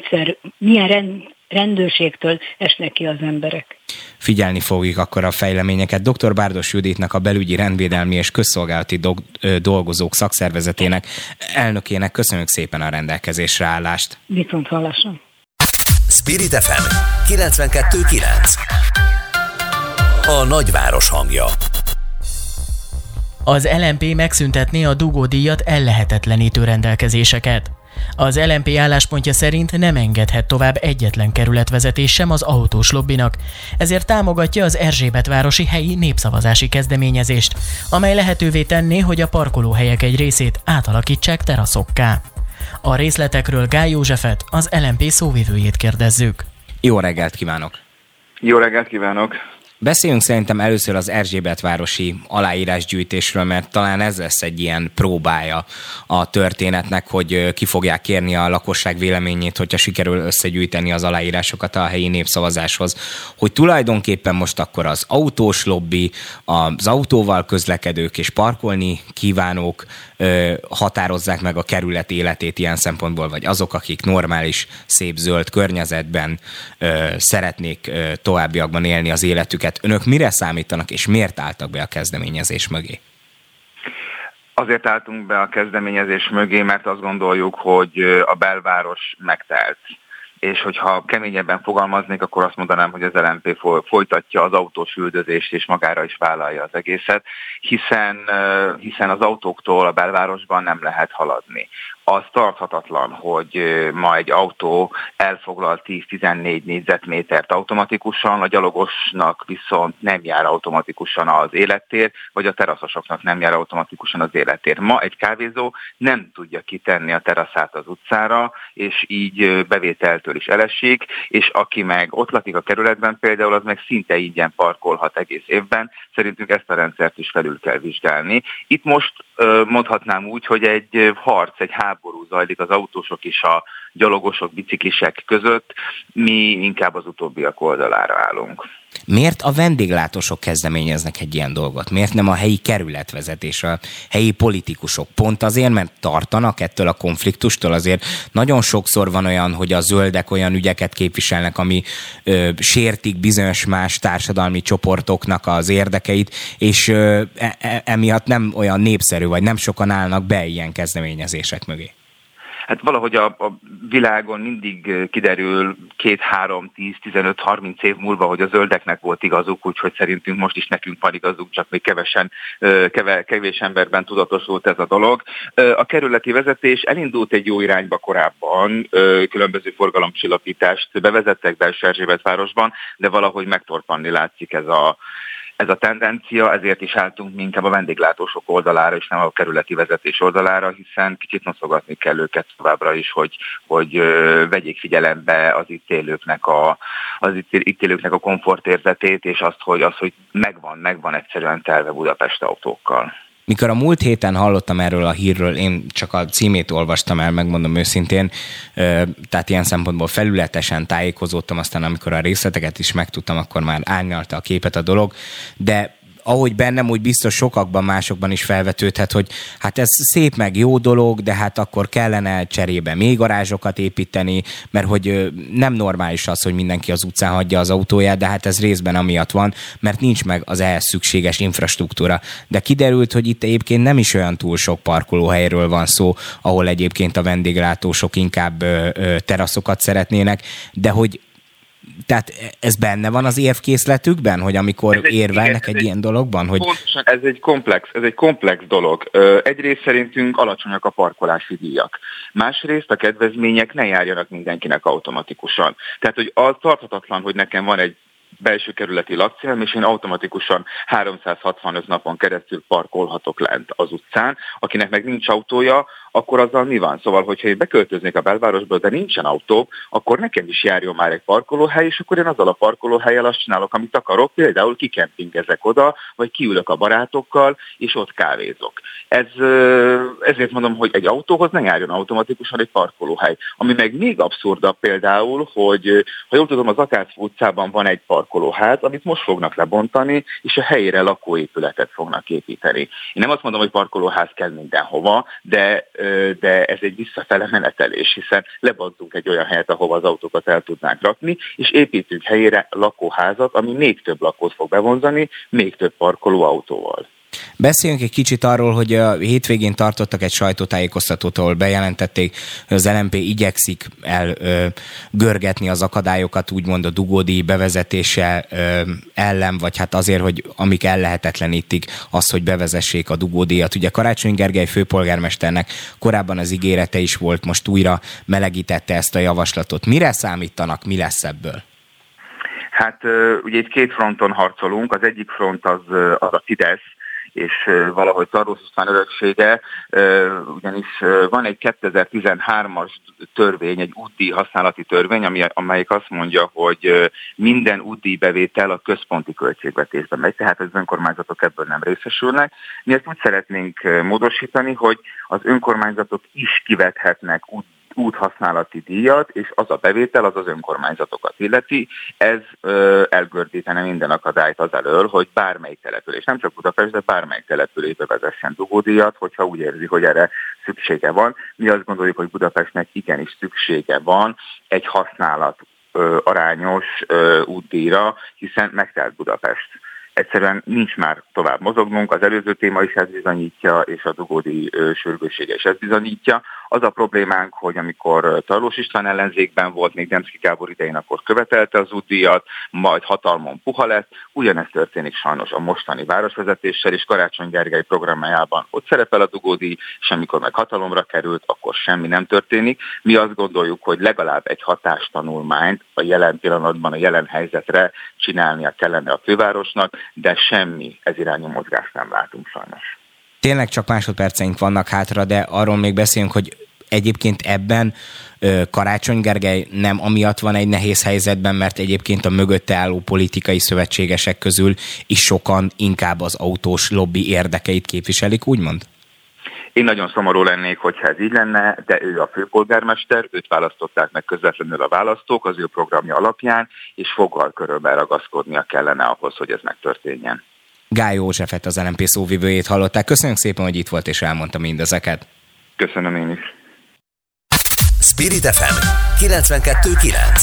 rendőrségtől esnek ki az emberek. Figyelni fogjuk akkor a fejleményeket. Dr. Bárdos Juditnak, a Belügyi, Rendvédelmi és Közszolgálati Dolgozók Szakszervezetének elnökének köszönjük szépen a rendelkezésre állást. Viszont hallásra. Spirit FM 92.9. A nagyváros hangja. Az LMP megszüntetné a dugódíjat ellehetetlenítő rendelkezéseket. Az LMP álláspontja szerint nem engedhet tovább egyetlen kerületvezetés sem az autós lobbinak, ezért támogatja az Erzsébetvárosi helyi népszavazási kezdeményezést, amely lehetővé tenné, hogy a parkolóhelyek egy részét átalakítsák teraszokká. A részletekről Gály Józsefet, az LMP szóvivőjét kérdezzük. Jó reggelt kívánok! Jó reggelt kívánok! Beszéljünk szerintem először az Erzsébetvárosi aláírásgyűjtésről, mert talán ez lesz egy ilyen próbája a történetnek, hogy ki fogják kérni a lakosság véleményét, hogyha sikerül összegyűjteni az aláírásokat a helyi népszavazáshoz. Hogy tulajdonképpen most akkor az autós lobby, az autóval közlekedők és parkolni kívánók határozzák meg a kerület életét ilyen szempontból, vagy azok, akik normális, szép zöld környezetben szeretnék továbbiakban élni az életüket. Önök mire számítanak, és miért álltak be a kezdeményezés mögé? Azért álltunk be a kezdeményezés mögé, mert azt gondoljuk, hogy a belváros megtelt. És hogyha keményebben fogalmaznék, akkor azt mondanám, hogy az LMP folytatja az autós üldözést, és magára is vállalja az egészet, hiszen az autóktól a belvárosban nem lehet haladni. Az tarthatatlan, hogy ma egy autó elfoglal 10-14 négyzetmétert automatikusan, a gyalogosnak viszont nem jár automatikusan az élettér, vagy a teraszosoknak nem jár automatikusan az élettér. Ma egy kávézó nem tudja kitenni a teraszát az utcára, és így bevételtől is elesik, és aki meg ott lakik a kerületben például, az meg szinte ingyen parkolhat egész évben. Szerintünk ezt a rendszert is felül kell vizsgálni. Itt most mondhatnám úgy, hogy egy harc, egy háború zajlik az autósok és a gyalogosok, biciklisek között, mi inkább az utóbbiak oldalára állunk. Miért a vendéglátósok kezdeményeznek egy ilyen dolgot? Miért nem a helyi kerületvezetés, a helyi politikusok? Pont azért, mert tartanak ettől a konfliktustól. Azért nagyon sokszor van olyan, hogy a zöldek olyan ügyeket képviselnek, ami sértik bizonyos más társadalmi csoportoknak az érdekeit, és emiatt nem olyan népszerű, vagy nem sokan állnak be ilyen kezdeményezések mögé. Hát valahogy a világon mindig kiderül 2-3-10-15-30 év múlva, hogy a zöldeknek volt igazuk, úgyhogy szerintünk most is nekünk van igazuk, csak még kevés emberben tudatosult ez a dolog. A kerületi vezetés elindult egy jó irányba korábban, különböző forgalomcsillapítást bevezettek belső Erzsébetvárosban, de valahogy megtorpanni látszik ez a tendencia, ezért is álltunk mi inkább a vendéglátósok oldalára, és nem a kerületi vezetés oldalára, hiszen kicsit noszogatni kell őket továbbra is, hogy vegyék figyelembe az itt élőknek a komfortérzetét, és azt, hogy megvan egyszerűen telve Budapest autókkal. Mikor a múlt héten hallottam erről a hírről, én csak a címét olvastam el, megmondom őszintén, tehát ilyen szempontból felületesen tájékozódtam, aztán amikor a részleteket is megtudtam, akkor már árnyalta a képet a dolog, de ahogy bennem, úgy biztos sokakban, másokban is felvetődhet, hogy hát ez szép meg jó dolog, de hát akkor kellene cserébe még garázsokat építeni, mert hogy nem normális az, hogy mindenki az utcán hagyja az autóját, de hát ez részben amiatt van, mert nincs meg az ehhez szükséges infrastruktúra. De kiderült, hogy itt egyébként nem is olyan túl sok parkolóhelyről van szó, ahol egyébként a vendéglátósok inkább teraszokat szeretnének, de hogy Tehát ez benne van az érvkészletükben, hogy amikor érvelnek egy ilyen dologban? Hogy... Pontosan, ez egy komplex dolog. Egyrészt szerintünk alacsonyak a parkolási díjak. Másrészt a kedvezmények ne járjanak mindenkinek automatikusan. Tehát, hogy az tarthatatlan, hogy nekem van egy belső kerületi lakcélm, és én automatikusan 365 napon keresztül parkolhatok lent az utcán. Akinek meg nincs autója, akkor azzal mi van? Szóval, hogyha én beköltöznék a belvárosba, de nincsen autó, akkor nekem is járjon már egy parkolóhely, és akkor én azzal a parkolóhellyel azt csinálok, amit akarok, például kikempingezek oda, vagy kiülök a barátokkal, és ott kávézok. Ezért mondom, hogy egy autóhoz ne járjon automatikusan egy parkolóhely. Ami meg még abszurdabb például, hogy ha jól tudom, az Akácz utcában van egy parkolóház, amit most fognak lebontani, és a helyére lakóépületet fognak építeni. Én nem azt mondom, hogy parkolóház kell mindenhova, de ez egy visszafele menetelés, hiszen lebontunk egy olyan helyet, ahova az autókat el tudnánk rakni, és építünk helyére lakóházat, ami még több lakót fog bevonzani, még több parkoló autóval. Beszéljünk egy kicsit arról, hogy a hétvégén tartottak egy sajtótájékoztatót, ahol bejelentették, hogy az LMP igyekszik görgetni az akadályokat, úgymond a dugódíj bevezetése ellen, vagy hát azért, hogy amik ellehetetlenítik azt, hogy bevezessék a dugódíjat. Ugye Karácsony Gergely főpolgármesternek korábban az ígérete is volt, most újra melegítette ezt a javaslatot. Mire számítanak, mi lesz ebből? Hát ugye itt két fronton harcolunk, az egyik front az a Fidesz, és valahogy Tarlós István öröksége, ugyanis van egy 2013-as törvény, egy útdíj használati törvény, amelyik azt mondja, hogy minden útdíjbevétel a központi költségvetésbe megy, tehát az önkormányzatok ebből nem részesülnek. Mi ezt úgy szeretnénk módosítani, hogy az önkormányzatok is kivethetnek úthasználati díjat, és az a bevétel az önkormányzatokat illeti. Ez elgördítene minden akadályt azelől, hogy bármelyik település, nem csak Budapest, de bármelyik településbe vezessen dugódíjat, hogyha úgy érzi, hogy erre szüksége van. Mi azt gondoljuk, hogy Budapestnek igenis szüksége van egy használat arányos útdíjra, hiszen megtelt Budapest. Egyszerűen nincs már tovább mozognunk, az előző téma is ezt bizonyítja, és a dugódíj sürgőssége is ezt bizonyítja. Az a problémánk, hogy amikor Tarlós István ellenzékben volt, még Demszky Gábor idején, akkor követelte az útdíjat, majd hatalmon puha lett. Ugyanezt történik sajnos a mostani városvezetéssel, és Karácsony Gergely programjában ott szerepel a dugódíj, és amikor meg hatalomra került, akkor semmi nem történik. Mi azt gondoljuk, hogy legalább egy hatástanulmányt a jelen pillanatban, a jelen helyzetre csinálnia kellene a fővárosnak, de semmi ez irányú mozgást nem látunk sajnos. Tényleg csak másodperceink vannak hátra, de arról még beszélünk, hogy egyébként ebben Karácsony Gergely nem amiatt van egy nehéz helyzetben, mert egyébként a mögötte álló politikai szövetségesek közül is sokan inkább az autós lobby érdekeit képviselik, úgymond? Én nagyon szomorú lennék, hogyha ez így lenne, de ő a főpolgármester, őt választották meg közvetlenül a választók az ő programja alapján, és foggal körülbelül ragaszkodnia kellene ahhoz, hogy ez megtörténjen. Gály Józsefet, az LMP szóvivőjét hallották. Köszönjük szépen, hogy itt volt és elmondta mindezeket. Köszönöm én is. Spirit FM 92.9.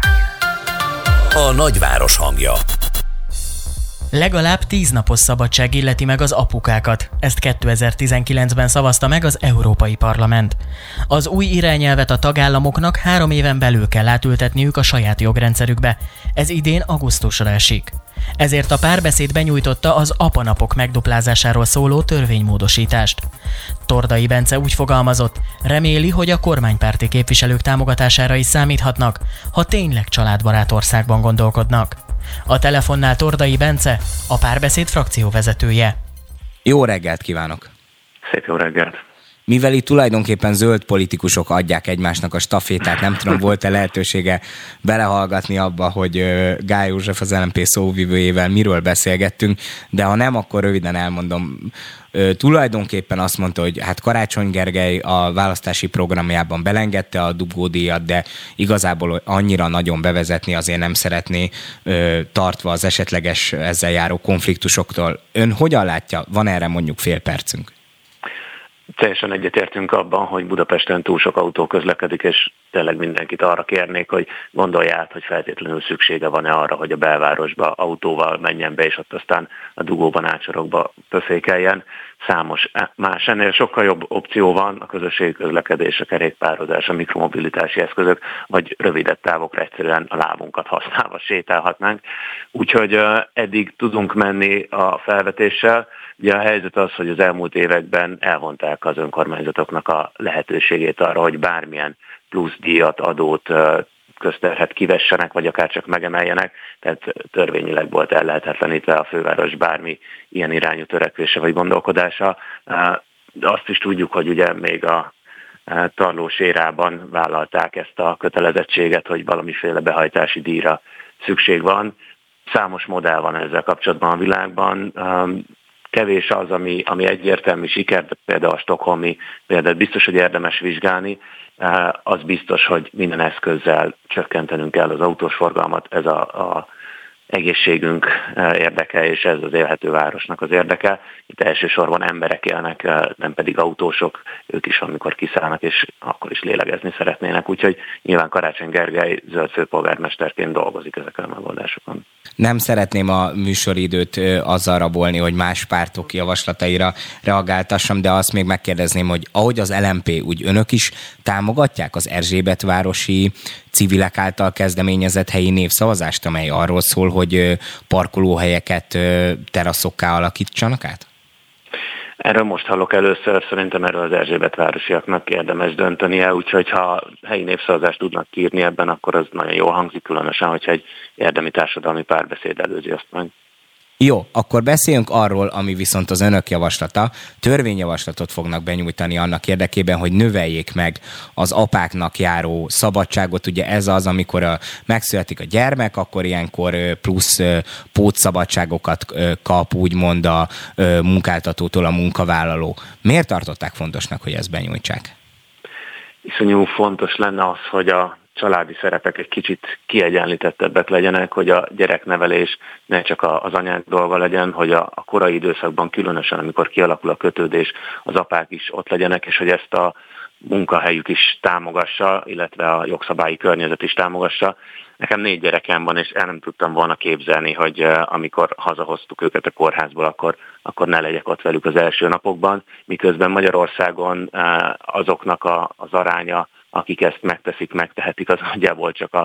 A nagyváros hangja. Legalább 10 napos szabadság illeti meg az apukákat. Ezt 2019-ben szavazta meg az Európai Parlament. Az új irányelvet a tagállamoknak 3 éven belül kell átültetniük a saját jogrendszerükbe. Ez idén augusztusra esik. Ezért a Párbeszéd benyújtotta az apanapok megduplázásáról szóló törvénymódosítást. Tordai Bence úgy fogalmazott, reméli, hogy a kormánypárti képviselők támogatására is számíthatnak, ha tényleg családbarát országban gondolkodnak. A telefonnál Tordai Bence, a Párbeszéd frakcióvezetője. Jó reggelt kívánok! Szép jó reggelt! Mivel itt tulajdonképpen zöld politikusok adják egymásnak a stafétát, nem tudom, volt-e lehetősége belehallgatni abba, hogy Gály József az LMP szóvivőjével miről beszélgettünk, de ha nem, akkor röviden elmondom. Tulajdonképpen azt mondta, hogy hát Karácsony Gergely a választási programjában belengedte a dugódíjat, de igazából annyira nagyon bevezetni azért nem szeretné, tartva az esetleges ezzel járó konfliktusoktól. Ön hogyan látja? Van erre mondjuk fél percünk? Teljesen egyetértünk abban, hogy Budapesten túl sok autó közlekedik, és tényleg mindenkit arra kérnék, hogy gondolja át, hogy feltétlenül szüksége van-e arra, hogy a belvárosba autóval menjen be, és ott aztán a dugóban, ácsorokba pöfékeljen. Számos más ennél sokkal jobb opció van, a közösségi közlekedés, a kerékpározás, a mikromobilitási eszközök, vagy rövidebb távokra egyszerűen a lábunkat használva sétálhatnánk. Úgyhogy eddig tudunk menni a felvetéssel. Ugye a helyzet az, hogy az elmúlt években elvonták az önkormányzatoknak a lehetőségét arra, hogy bármilyen plusz díjat, adót, közterhet kivessenek, vagy akár csak megemeljenek, tehát törvényileg volt ellehetetlenítve a főváros bármi ilyen irányú törekvése vagy gondolkodása. De azt is tudjuk, hogy ugye még a tarlós érában vállalták ezt a kötelezettséget, hogy valamiféle behajtási díjra szükség van. Számos modell van ezzel kapcsolatban a világban. Kevés az, ami egyértelmű siker, de például a stockholmi példát biztos, hogy érdemes vizsgálni. Az biztos, hogy minden eszközzel csökkentenünk kell az autós forgalmat, ez a egészségünk érdeke, és ez az élhető városnak az érdeke. Itt elsősorban emberek élnek, nem pedig autósok, ők is amikor kiszállnak, és akkor is lélegezni szeretnének. Úgyhogy nyilván Karácsony Gergely zöld főpolgármesterként dolgozik ezeken a megoldásokon. Nem szeretném a műsoridőt azzal rabolni, hogy más pártok javaslataira reagáltassam, de azt még megkérdezném, hogy ahogy az LMP, úgy önök is támogatják az Erzsébetvárosi civilek által kezdeményezett helyi névszavazást, amely arról szól, hogy parkolóhelyeket teraszokká alakítsanak át? Erről most hallok először, szerintem erről az Erzsébetvárosiaknak érdemes döntenie, úgyhogy ha helyi népszavazást tudnak kiírni ebben, akkor az nagyon jól hangzik, különösen, hogyha egy érdemi társadalmi párbeszéd előzi azt meg. Jó, akkor beszéljünk arról, ami viszont az önök javaslata. Törvényjavaslatot fognak benyújtani annak érdekében, hogy növeljék meg az apáknak járó szabadságot. Ugye ez az, amikor megszületik a gyermek, akkor ilyenkor plusz pótszabadságokat kap úgymond a munkáltatótól a munkavállaló. Miért tartották fontosnak, hogy ezt benyújtsák? Iszonyú fontos lenne az, hogy a családi szerepek egy kicsit kiegyenlítettebbek legyenek, hogy a gyereknevelés ne csak az anyák dolga legyen, hogy a korai időszakban különösen, amikor kialakul a kötődés, az apák is ott legyenek, és hogy ezt a munkahelyük is támogassa, illetve a jogszabályi környezet is támogassa. Nekem 4 gyerekem van, és el nem tudtam volna képzelni, hogy amikor hazahoztuk őket a kórházból, akkor ne legyek ott velük az első napokban, miközben Magyarországon azoknak az aránya, akik ezt megtehetik, az nagyjából csak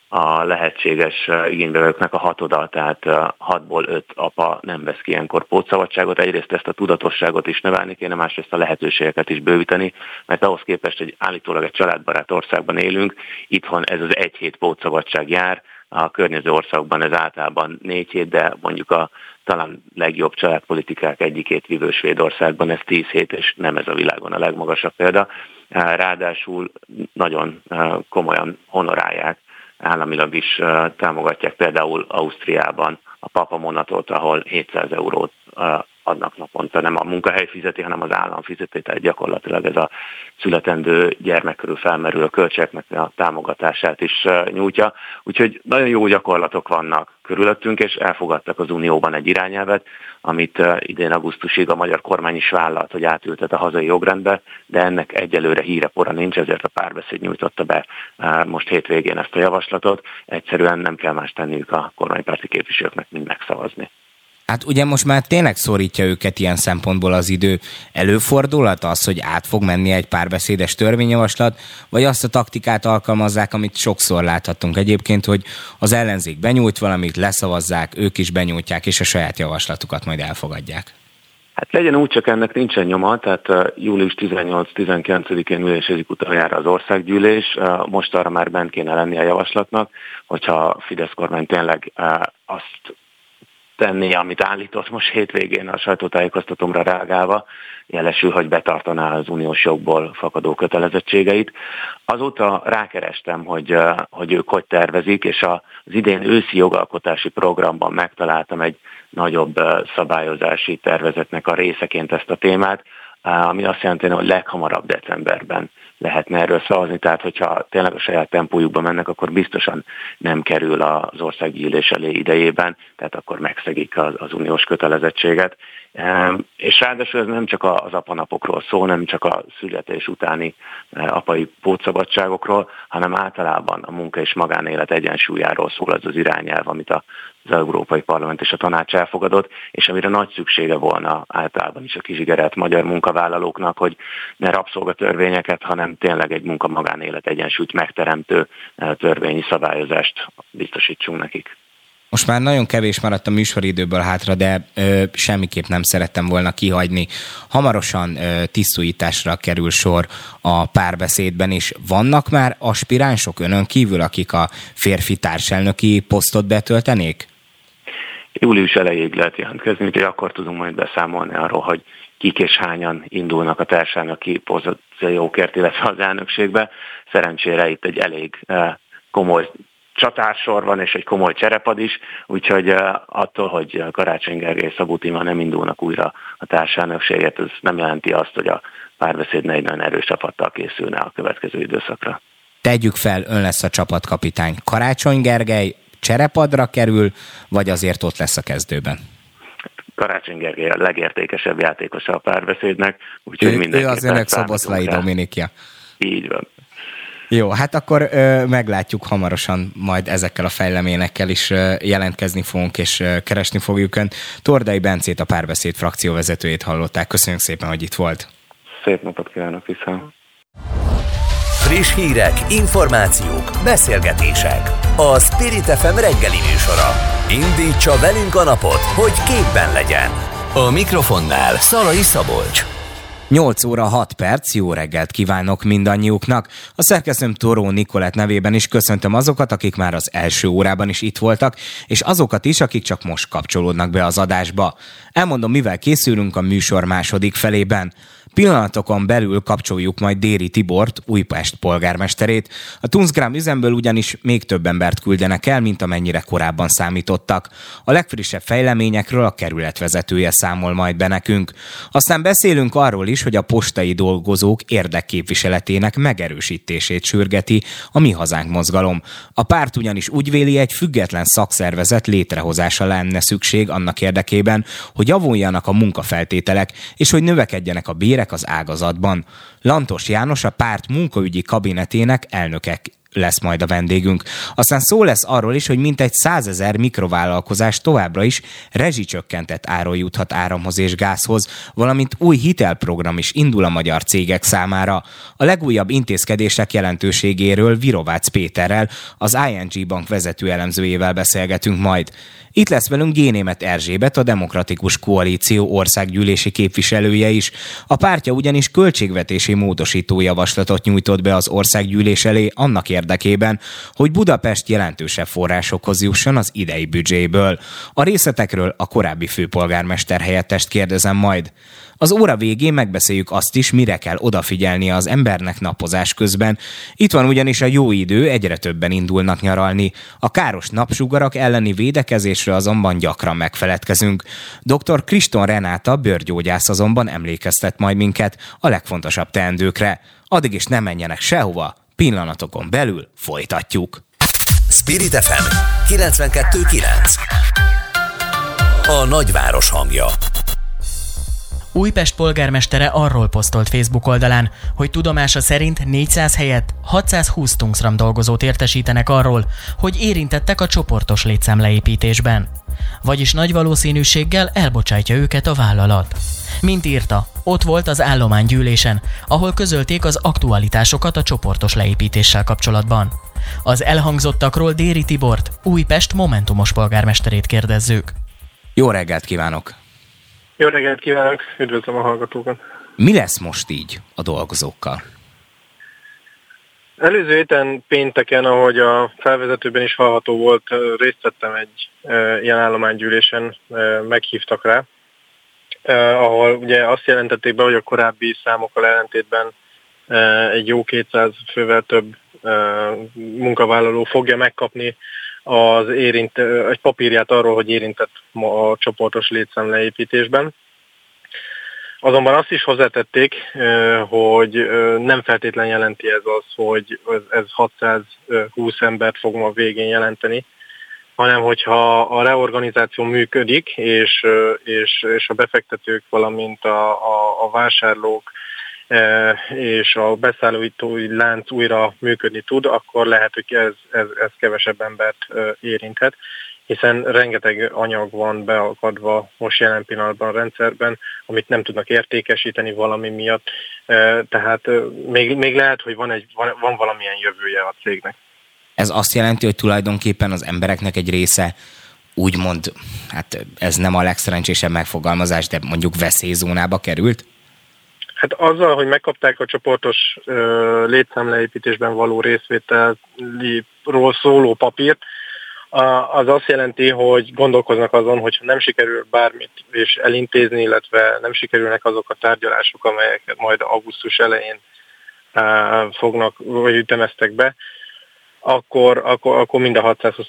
a lehetséges igénybevevőknek a 6, tehát 6-ból 5 apa nem vesz ki ilyenkor pótszabadságot. Egyrészt ezt a tudatosságot is növelni kéne, másrészt a lehetőségeket is bővíteni, mert ahhoz képest, hogy állítólag egy családbarát országban élünk, itthon ez az 1 hét pótszabadság jár, a környező országokban ez általában 4 hét, de mondjuk a talán legjobb családpolitikák egyikét vívő Svédországban ez 10 hét, és nem ez a világon a legmagasabb példa. Ráadásul nagyon komolyan honorálják, államilag is támogatják például Ausztriában a papamonatot, ahol 700 eurót adnak naponta, nem a munkahely fizeti, hanem az állam fizeti, tehát gyakorlatilag ez a születendő gyermek körül felmerülő költségeknek a támogatását is nyújtja. Úgyhogy nagyon jó gyakorlatok vannak körülöttünk, és elfogadtak az Unióban egy irányelvet, amit idén augusztusig a magyar kormány is vállalt, hogy átültet a hazai jogrendbe, de ennek egyelőre hírepora nincs, ezért a Párbeszéd nyújtotta be most hétvégén ezt a javaslatot. Egyszerűen nem kell más tenniük a kormánypárti képviselőknek, mint megszavazni. Hát ugye most már tényleg szorítja őket ilyen szempontból az idő. Előfordulhat az, hogy át fog menni egy párbeszédes törvényjavaslat, vagy azt a taktikát alkalmazzák, amit sokszor láthatunk egyébként, hogy az ellenzék benyújt valamit, leszavazzák, ők is benyújtják, és a saját javaslatukat majd elfogadják. Hát legyen úgy, csak ennek nincsen nyoma, tehát július 18-19-én ülésezik utoljára az országgyűlés, most arra már bent kéne lenni a javaslatnak, hogyha a Fidesz kormány tényleg azt tenni, amit állított most hétvégén a sajtótájékoztatómra reagálva, jelesül, hogy betartaná az uniós jogból fakadó kötelezettségeit. Azóta rákerestem, hogy ők hogy tervezik, és az idén őszi jogalkotási programban megtaláltam egy nagyobb szabályozási tervezetnek a részeként ezt a témát, ami azt jelenti, hogy leghamarabb decemberben lehetne erről szavazni, tehát hogyha tényleg a saját tempójukban mennek, akkor biztosan nem kerül az országgyűlés elé idejében, tehát akkor megszegik az uniós kötelezettséget. És ráadásul ez nem csak az apanapokról szól, nem csak a születés utáni apai pótszabadságokról, hanem általában a munka és magánélet egyensúlyáról szól az irányelv, amit az Európai Parlament és a Tanács elfogadott, és amire nagy szüksége volna általában is a kizsigerelt magyar munkavállalóknak, hogy ne rabszolgatörvényeket, hanem tényleg egy munka-magánélet egyensúlyt megteremtő törvényi szabályozást biztosítsunk nekik. Most már nagyon kevés maradt a műsoridőből hátra, de semmiképp nem szerettem volna kihagyni. Hamarosan tisztújításra kerül sor a párbeszédben, és vannak már aspiránsok önön kívül, akik a férfi társelnöki posztot betöltenék? Július elejéig lehet jelentkezni, úgyhogy akkor tudunk majd beszámolni arról, hogy kik és hányan indulnak a társelnöki pozíciókért, illetve az elnökségbe. Szerencsére itt egy elég komoly csatársor van, és egy komoly cserepad is, úgyhogy attól, hogy Karácsony Gergely és Szabó Tímea nem indulnak újra a társelnökséget, ez nem jelenti azt, hogy a párbeszéd egy nagyon erős csapattal készülne a következő időszakra. Tegyük fel, ön lesz a csapatkapitány. Karácsony Gergely cserepadra kerül, vagy azért ott lesz a kezdőben? Karácsony Gergely a legértékesebb játékosa a párbeszédnek, úgyhogy ő az önök Szoboszlai Dominikja. Így van. Jó, hát akkor meglátjuk hamarosan, majd ezekkel a fejleményekkel is jelentkezni fogunk, és keresni fogjuk Önt. Tordai Bencét, a Párbeszéd frakció vezetőjét hallották. Köszönjük szépen, hogy itt volt. Szép napot kívánok vissza. Friss hírek, információk, beszélgetések. A Spirit FM reggeli műsora. Indítsa velünk a napot, hogy képben legyen. A mikrofonnál Szalai Szabolcs. 8 óra 6 perc, jó reggelt kívánok mindannyiuknak. A szerkesztőm Toró Nikolett nevében is köszöntöm azokat, akik már az első órában is itt voltak, és azokat is, akik csak most kapcsolódnak be az adásba. Elmondom, mivel készülünk a műsor második felében. Pillanatokon belül kapcsoljuk majd Déri Tibort, Újpest polgármesterét. A Tunzgrám üzemből ugyanis még több embert küldenek el, mint amennyire korábban számítottak. A legfrissebb fejleményekről a kerület vezetője számol majd be nekünk. Aztán beszélünk arról is, hogy a postai dolgozók érdekképviseletének megerősítését sürgeti a Mi Hazánk mozgalom. A párt ugyanis úgy véli, egy független szakszervezet létrehozása lenne szükség annak érdekében, hogy javuljanak a munkafeltételek, és hogy növekedjenek a bérek az ágazatban. Lantos János, a párt munkaügyi kabinetének elnöke lesz majd a vendégünk. Aztán szó lesz arról is, hogy mintegy 100 000 mikrovállalkozás továbbra is rezsicsökkentett áron juthat áramhoz és gázhoz, valamint új hitelprogram is indul a magyar cégek számára. A legújabb intézkedések jelentőségéről Virovácz Péterrel, az ING Bank vezető elemzőjével beszélgetünk majd. Itt lesz velünk Génémet Erzsébet, a Demokratikus Koalíció országgyűlési képviselője is. A pártja ugyanis költségvetési módosító javaslatot nyújtott be az országgyűlés elé annak érdekében, hogy Budapest jelentősebb forrásokhoz jusson az idei büdzséből. A részletekről a korábbi főpolgármester helyettest kérdezem majd. Az óra végén megbeszéljük azt is, mire kell odafigyelnie az embernek napozás közben. Itt van ugyanis a jó idő, egyre többen indulnak nyaralni. A káros napsugarak elleni védekezésről azonban gyakran megfeledkezünk. Dr. Kriston Renáta, bőrgyógyász azonban emlékeztet majd minket a legfontosabb teendőkre. Addig is ne menjenek sehova, pillanatokon belül folytatjuk. Spirit FM 92.9. A nagyváros hangja. Újpest polgármestere arról posztolt Facebook oldalán, hogy tudomása szerint 400 helyett 620 tungszram dolgozót értesítenek arról, hogy érintettek a csoportos létszámleépítésben. Vagyis nagy valószínűséggel elbocsátja őket a vállalat. Mint írta, ott volt az állománygyűlésen, ahol közölték az aktualitásokat a csoportos leépítéssel kapcsolatban. Az elhangzottakról Déri Tibort, Újpest momentumos polgármesterét kérdezzük. Jó reggelt kívánok! Jó reggelt kívánok, üdvözlöm a hallgatókat! Mi lesz most így a dolgozókkal? Előző héten pénteken, ahogy a felvezetőben is hallható volt, részt vettem egy ilyen állománygyűlésen, meghívtak rá, ahol ugye azt jelentették be, hogy a korábbi számokkal ellentétben egy jó 200 fővel több munkavállaló fogja megkapni egy papírját arról, hogy érintett a csoportos létszámleépítésben. Azonban azt is hozzátették, hogy nem feltétlen jelenti ez az, hogy ez 620 embert fog ma végén jelenteni, hanem hogyha a reorganizáció működik, és a befektetők, valamint a vásárlók és a beszállítói lánc újra működni tud, akkor lehet, hogy ez kevesebb embert érinthet, hiszen rengeteg anyag van beakadva most jelen pillanatban a rendszerben, amit nem tudnak értékesíteni valami miatt, tehát még lehet, hogy van valamilyen jövője a cégnek. Ez azt jelenti, hogy tulajdonképpen az embereknek egy része úgymond, hát ez nem a legszerencsésebb megfogalmazás, de mondjuk veszélyzónába került? Hát azzal, hogy megkapták a csoportos létszámleépítésben való részvételről szóló papírt, az azt jelenti, hogy gondolkoznak azon, hogyha nem sikerül bármit is elintézni, illetve nem sikerülnek azok a tárgyalások, amelyeket majd augusztus elején fognak, vagy ütemeztek be, akkor mind a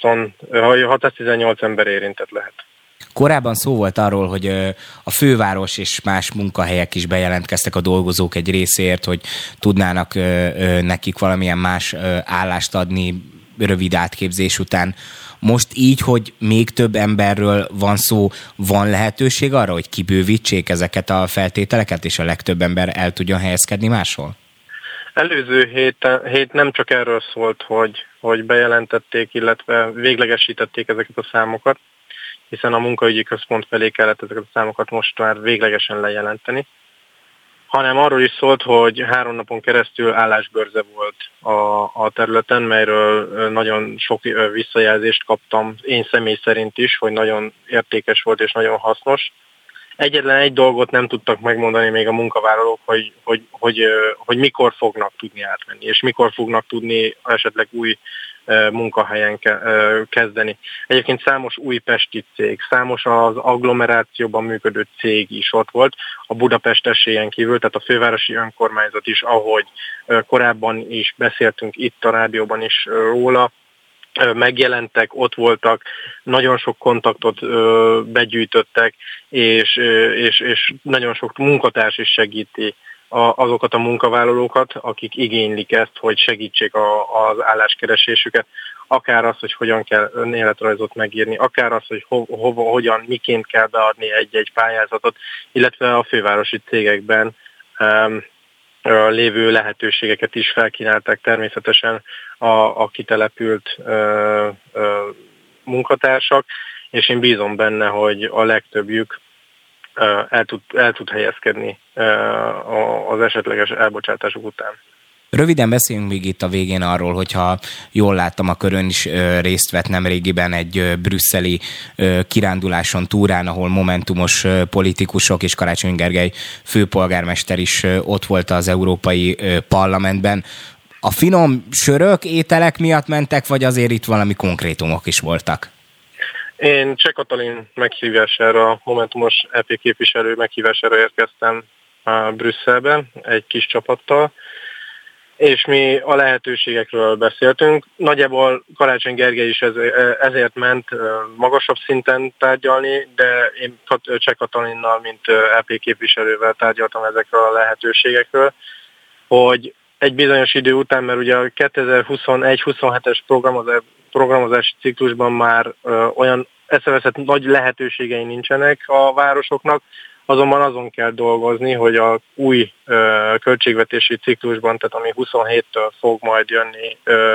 618 ember érintett lehet. Korábban szó volt arról, hogy a főváros és más munkahelyek is bejelentkeztek a dolgozók egy részéért, hogy tudnának nekik valamilyen más állást adni rövid átképzés után. Most így, hogy még több emberről van szó, van lehetőség arra, hogy kibővítsék ezeket a feltételeket, és a legtöbb ember el tudjon helyezkedni máshol? Előző hét nem csak erről szólt, hogy bejelentették, illetve véglegesítették ezeket a számokat, hiszen a munkaügyi központ felé kellett ezeket a számokat most már véglegesen lejelenteni, hanem arról is szólt, hogy 3 napon keresztül állásbörze volt a területen, melyről nagyon sok visszajelzést kaptam, én személy szerint is, hogy nagyon értékes volt és nagyon hasznos. Egyetlen egy dolgot nem tudtak megmondani még a munkavállalók, hogy mikor fognak tudni átmenni, és mikor fognak tudni esetleg új munkahelyen kezdeni. Egyébként számos újpesti cég, számos az agglomerációban működő cég is ott volt, a Budapest esélyen kívül, tehát a fővárosi önkormányzat is, ahogy korábban is beszéltünk itt a rádióban is róla, megjelentek, ott voltak, nagyon sok kontaktot begyűjtöttek, és nagyon sok munkatárs is segíti azokat a munkavállalókat, akik igénylik ezt, hogy segítsék az álláskeresésüket, akár az, hogy hogyan kell önéletrajzot megírni, akár az, hogy hogyan, miként kell beadni egy pályázatot, illetve a fővárosi cégekben lévő lehetőségeket is felkínálták természetesen a kitelepült munkatársak, és én bízom benne, hogy a legtöbbjük el tud helyezkedni az esetleges elbocsátások után. Röviden beszéljünk még itt a végén arról, hogyha jól láttam, a Körön is részt vett nemrégiben egy brüsszeli kiránduláson, túrán, ahol momentumos politikusok és Karácsony Gergely főpolgármester is ott volt az Európai Parlamentben. A finom sörök, ételek miatt mentek, vagy azért itt valami konkrétumok is voltak? Én Cseh Katalin meghívására, a momentumos EP képviselő meghívására érkeztem Brüsszelbe egy kis csapattal, és mi a lehetőségekről beszéltünk. Nagyjából Karácsony Gergely is ezért ment magasabb szinten tárgyalni, de én Cseh Katalinnal, mint EP képviselővel tárgyaltam ezekről a lehetőségekről, hogy egy bizonyos idő után, mert ugye a 2021-27-es programozási ciklusban már olyan eszeveszett nagy lehetőségei nincsenek a városoknak, azonban azon kell dolgozni, hogy a új költségvetési ciklusban, tehát ami 27-től fog majd jönni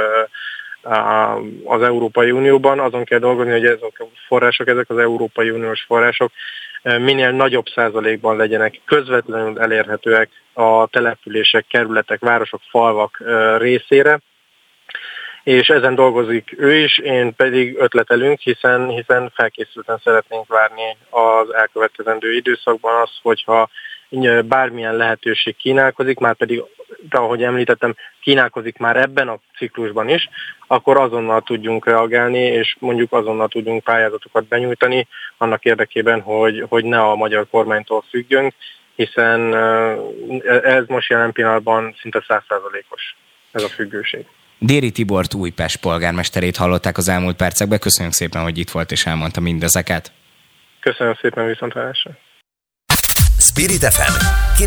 az Európai Unióban, azon kell dolgozni, hogy ezek a források, ezek az Európai Uniós források minél nagyobb százalékban legyenek közvetlenül elérhetőek a települések, kerületek, városok, falvak részére, és ezen dolgozik ő is, én pedig ötletelünk, hiszen felkészülten szeretnénk várni az elkövetkezendő időszakban az, hogyha bármilyen lehetőség kínálkozik, már pedig, ahogy említettem, kínálkozik már ebben a ciklusban is, akkor azonnal tudjunk reagálni, és mondjuk azonnal tudjunk pályázatokat benyújtani, annak érdekében, hogy ne a magyar kormánytól függjünk, hiszen ez most jelen pillanatban szinte 100%-os ez a függőség. Déri Tibort, Újpest polgármesterét hallották az elmúlt percekben. Köszönjük szépen, hogy itt volt és elmondta mindezeket. Köszönöm szépen, viszontlátásra. Spirit FM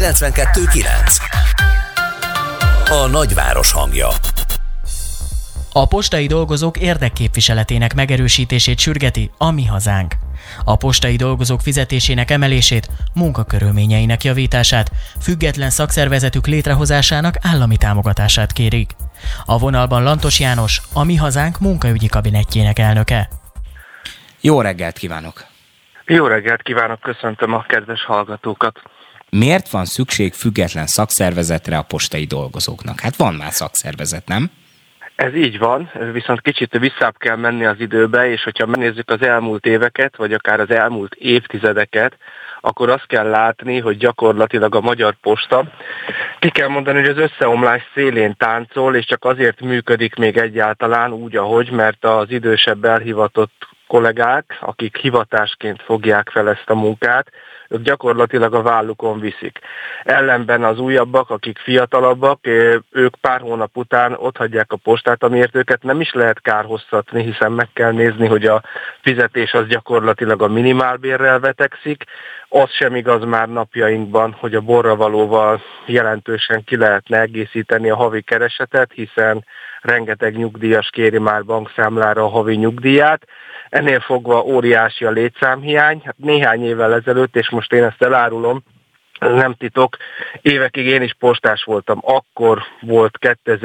92.9. A nagyváros hangja. A postai dolgozók érdekképviseletének megerősítését sürgeti a Mi Hazánk. A postai dolgozók fizetésének emelését, munkakörülményeinek javítását, független szakszervezetük létrehozásának állami támogatását kérik. A vonalban Lantos János, a Mi Hazánk munkaügyi kabinettjének elnöke. Jó reggelt kívánok! Jó reggelt kívánok, köszöntöm a kedves hallgatókat! Miért van szükség független szakszervezetre a postai dolgozóknak? Hát van már szakszervezet, nem? Ez így van, viszont kicsit visszább kell menni az időbe, és hogyha megnézzük az elmúlt éveket, vagy akár az elmúlt évtizedeket, akkor azt kell látni, hogy gyakorlatilag a Magyar Posta, ki kell mondani, hogy az összeomlás szélén táncol, és csak azért működik még egyáltalán úgy, ahogy, mert az idősebb elhivatott kollégák, akik hivatásként fogják fel ezt a munkát, ők gyakorlatilag a vállukon viszik. Ellenben az újabbak, akik fiatalabbak, ők pár hónap után otthagyják a postát, amiért őket nem is lehet kárhoztatni, hiszen meg kell nézni, hogy a fizetés az gyakorlatilag a minimálbérrel vetekszik. Az sem igaz már napjainkban, hogy a borravalóval jelentősen ki lehetne egészíteni a havi keresetet, hiszen rengeteg nyugdíjas kéri már bankszámlára a havi nyugdíját. Ennél fogva óriási a létszámhiány. Hát néhány évvel ezelőtt, és most én ezt elárulom, ez nem titok, évekig én is postás voltam. Akkor volt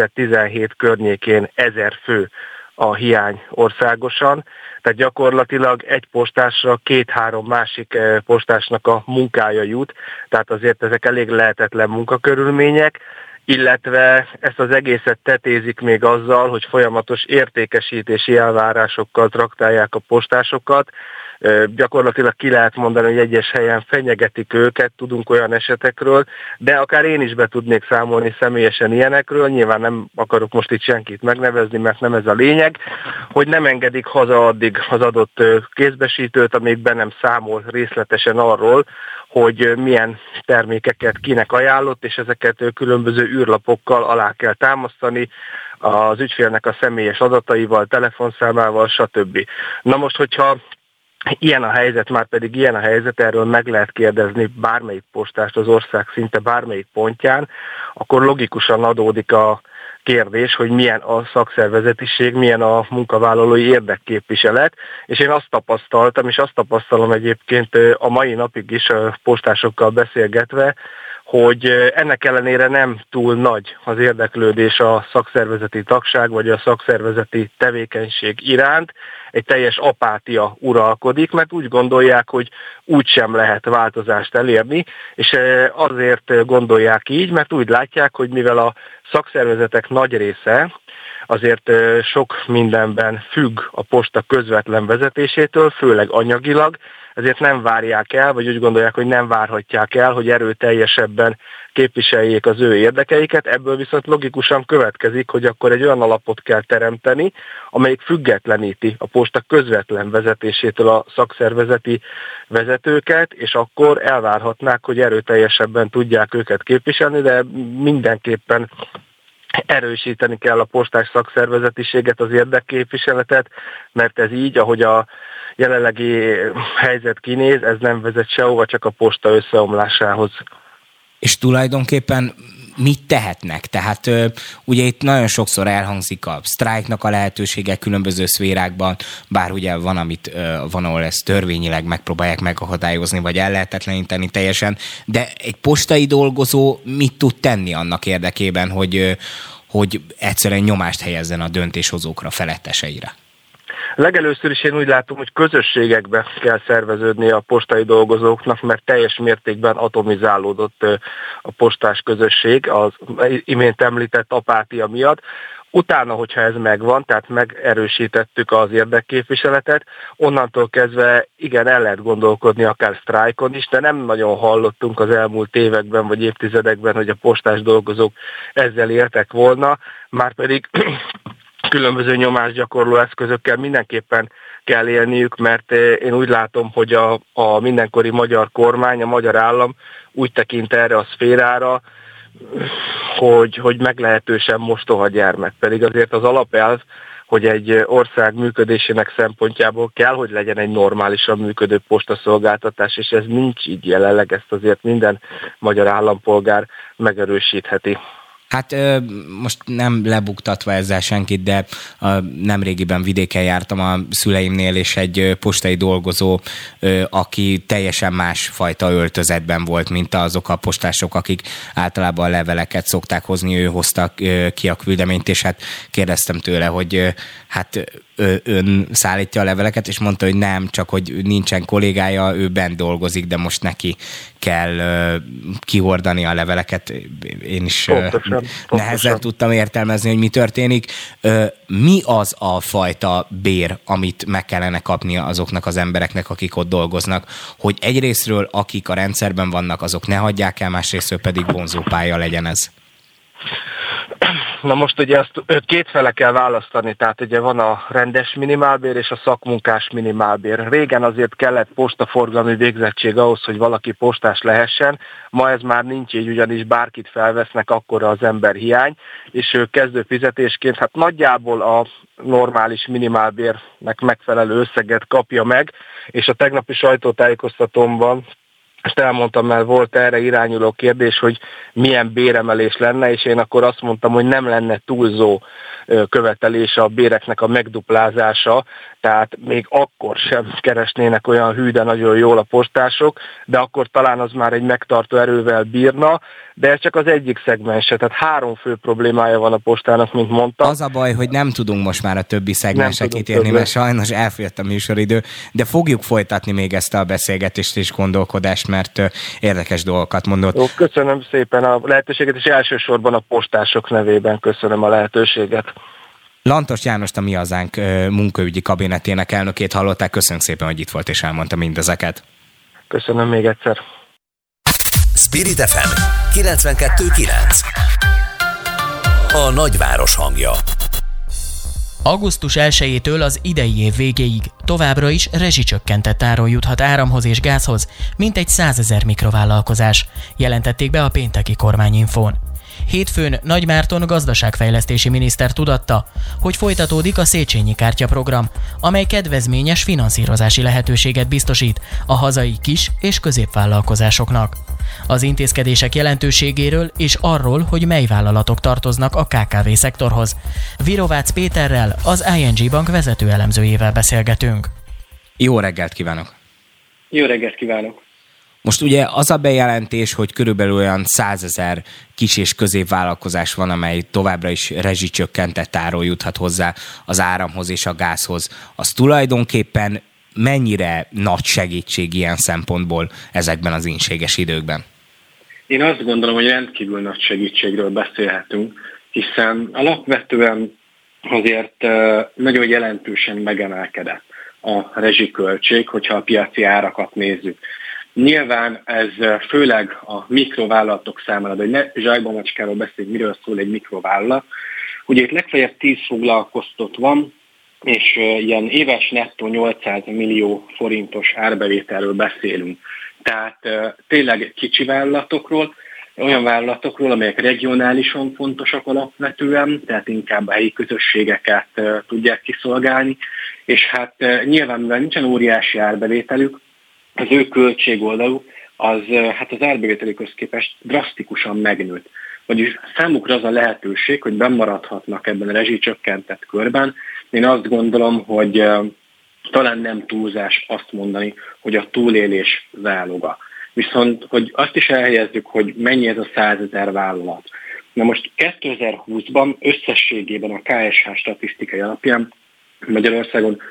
2017 környékén 1000 fő a hiány országosan. Tehát gyakorlatilag egy postásra 2-3 másik postásnak a munkája jut. Tehát azért ezek elég lehetetlen munkakörülmények, illetve ezt az egészet tetézik még azzal, hogy folyamatos értékesítési elvárásokkal traktálják a postásokat. Gyakorlatilag ki lehet mondani, hogy egyes helyen fenyegetik őket, tudunk olyan esetekről, de akár én is be tudnék számolni személyesen ilyenekről, nyilván nem akarok most itt senkit megnevezni, mert nem ez a lényeg, hogy nem engedik haza addig az adott kézbesítőt, amíg be nem számol részletesen arról, hogy milyen termékeket kinek ajánlott, és ezeket különböző űrlapokkal alá kell támasztani, az ügyfélnek a személyes adataival, telefonszámával, stb. Na most, hogyha ilyen a helyzet, már pedig ilyen a helyzet, erről meg lehet kérdezni bármelyik postást az ország szinte bármelyik pontján, akkor logikusan adódik a kérdés, hogy milyen a szakszervezetiség, milyen a munkavállalói érdekképviselet, és én azt tapasztaltam, és azt tapasztalom egyébként a mai napig is a postásokkal beszélgetve, hogy ennek ellenére nem túl nagy az érdeklődés a szakszervezeti tagság vagy a szakszervezeti tevékenység iránt, egy teljes apátia uralkodik, mert úgy gondolják, hogy úgysem lehet változást elérni, és azért gondolják így, mert úgy látják, hogy mivel a szakszervezetek nagy része azért sok mindenben függ a posta közvetlen vezetésétől, főleg anyagilag, ezért nem várják el, vagy úgy gondolják, hogy nem várhatják el, hogy erőteljesebben képviseljék az ő érdekeiket, ebből viszont logikusan következik, hogy akkor egy olyan alapot kell teremteni, amelyik függetleníti a posta közvetlen vezetésétől a szakszervezeti vezetőket, és akkor elvárhatnák, hogy erőteljesebben tudják őket képviselni, de mindenképpen erősíteni kell a postás szakszervezetiséget, az érdekképviseletet, mert ez így, ahogy a jelenlegi helyzet kinéz, ez nem vezet sehova, csak a posta összeomlásához. És tulajdonképpen mit tehetnek? Tehát ugye itt nagyon sokszor elhangzik a sztrájknak a lehetősége különböző szférákban, bár ugye van, ahol ezt törvényileg megpróbálják megakadályozni, vagy ellehetetleníteni teljesen, de egy postai dolgozó mit tud tenni annak érdekében, hogy egyszerűen nyomást helyezzen a döntéshozókra, feletteseire? Legelőször is én úgy látom, hogy közösségekbe kell szerveződni a postai dolgozóknak, mert teljes mértékben atomizálódott a postás közösség az imént említett apátia miatt. Utána, hogyha ez megvan, tehát megerősítettük az érdekképviseletet, onnantól kezdve igen, el lehet gondolkodni akár sztrájkon is, de nem nagyon hallottunk az elmúlt években vagy évtizedekben, hogy a postás dolgozók ezzel éltek volna, márpedig különböző nyomásgyakorló eszközökkel mindenképpen kell élniük, mert én úgy látom, hogy a mindenkori magyar kormány, a magyar állam úgy tekint erre a szférára, hogy meglehetősen mostoha gyermek. Pedig azért az alapelv, hogy egy ország működésének szempontjából kell, hogy legyen egy normálisan működő postaszolgáltatás, és ez nincs így jelenleg, ezt azért minden magyar állampolgár megerősítheti. Hát most nem lebuktatva ezzel senkit, de nemrégiben vidéken jártam a szüleimnél, és egy postai dolgozó, aki teljesen másfajta öltözetben volt, mint azok a postások, akik általában a leveleket szokták hozni, ő hozta ki a küldeményt, és hát kérdeztem tőle, hogy hát ön szállítja a leveleket, és mondta, hogy nem, csak hogy nincsen kollégája, ő bent dolgozik, de most neki kell kihordani a leveleket. Én is nehezen tudtam értelmezni, hogy mi történik. Mi az a fajta bér, amit meg kellene kapnia azoknak az embereknek, akik ott dolgoznak, hogy egyrésztről, akik a rendszerben vannak, azok ne hagyják el, másrésztről pedig vonzópálya legyen ez? Na most ugye ezt kétfele kell választani, tehát ugye van a rendes minimálbér és a szakmunkás minimálbér. Régen azért kellett postaforgalmi végzettség ahhoz, hogy valaki postás lehessen, ma ez már nincs így, ugyanis bárkit felvesznek, akkora az ember hiány, és ő kezdő fizetésként hát nagyjából a normális minimálbérnek megfelelő összeget kapja meg, és a tegnapi sajtótájékoztatómban ezt elmondtam, mert volt erre irányuló kérdés, hogy milyen béremelés lenne, és én akkor azt mondtam, hogy nem lenne túlzó követelés a béreknek a megduplázása, tehát még akkor sem keresnének olyan hű, de nagyon jól a postások, de akkor talán az már egy megtartó erővel bírna, de ez csak az egyik szegmense, tehát 3 fő problémája van a postának, mint mondtam. Az a baj, hogy nem tudunk most már a többi szegmensre kitérni, mert sajnos elfogyott a műsoridő, de fogjuk folytatni még ezt a beszélgetést és gondolkodást, mert érdekes dolgokat mondott. Jó, köszönöm szépen a lehetőséget, és elsősorban a postások nevében köszönöm a lehetőséget. Lantos Jánost, a Mi Hazánk munkaügyi kabinetének elnökét hallották. Köszönöm szépen, hogy itt volt és elmondta mindezeket. Köszönöm még egyszer. Spirit FM 92.9. A nagyváros hangja. Augusztus 1-től az idei év végéig továbbra is rezsicsökkentett áron juthat áramhoz és gázhoz, mintegy 100 000 mikrovállalkozás, jelentették be a pénteki kormányinfón. Hétfőn Nagy Márton gazdaságfejlesztési miniszter tudatta, hogy folytatódik a Széchenyi kártyaprogram, amely kedvezményes finanszírozási lehetőséget biztosít a hazai kis- és középvállalkozásoknak. Az intézkedések jelentőségéről és arról, hogy mely vállalatok tartoznak a KKV-szektorhoz. Virovácz Péterrel, az ING Bank vezető elemzőjével beszélgetünk. Jó reggelt kívánok! Jó reggelt kívánok! Most ugye az a bejelentés, hogy körülbelül olyan 100 000 kis- és középvállalkozás van, amely továbbra is rezsicsökkentett áron juthat hozzá az áramhoz és a gázhoz. Az tulajdonképpen mennyire nagy segítség ilyen szempontból ezekben az ínséges időkben? Én azt gondolom, hogy rendkívül nagy segítségről beszélhetünk, hiszen alapvetően azért nagyon jelentősen megemelkedett a rezsiköltség, hogyha a piaci árakat nézzük. Nyilván ez főleg a mikrovállalatok számára, de hogy ne zsákba macskáról beszéljünk, miről szól egy mikrovállalat. Ugye itt legfeljebb 10 foglalkoztott van, és ilyen éves nettó 800 millió forintos árbevételről beszélünk. Tehát tényleg kicsi vállalatokról, olyan vállalatokról, amelyek regionálisan fontosak alapvetően, tehát inkább a helyi közösségeket tudják kiszolgálni, és hát nyilván, mivel nincsen óriási árbevételük, az ő költségoldaluk az az árbevételükhöz képest drasztikusan megnőtt. Vagyis számukra az a lehetőség, hogy bemaradhatnak ebben a rezsicsökkentett körben. Én azt gondolom, hogy talán nem túlzás azt mondani, hogy a túlélés záloga. Viszont, hogy azt is elhelyezzük, hogy mennyi ez a 100 000 vállalat. Na most 2020-ban összességében a KSH statisztikai alapján Magyarországon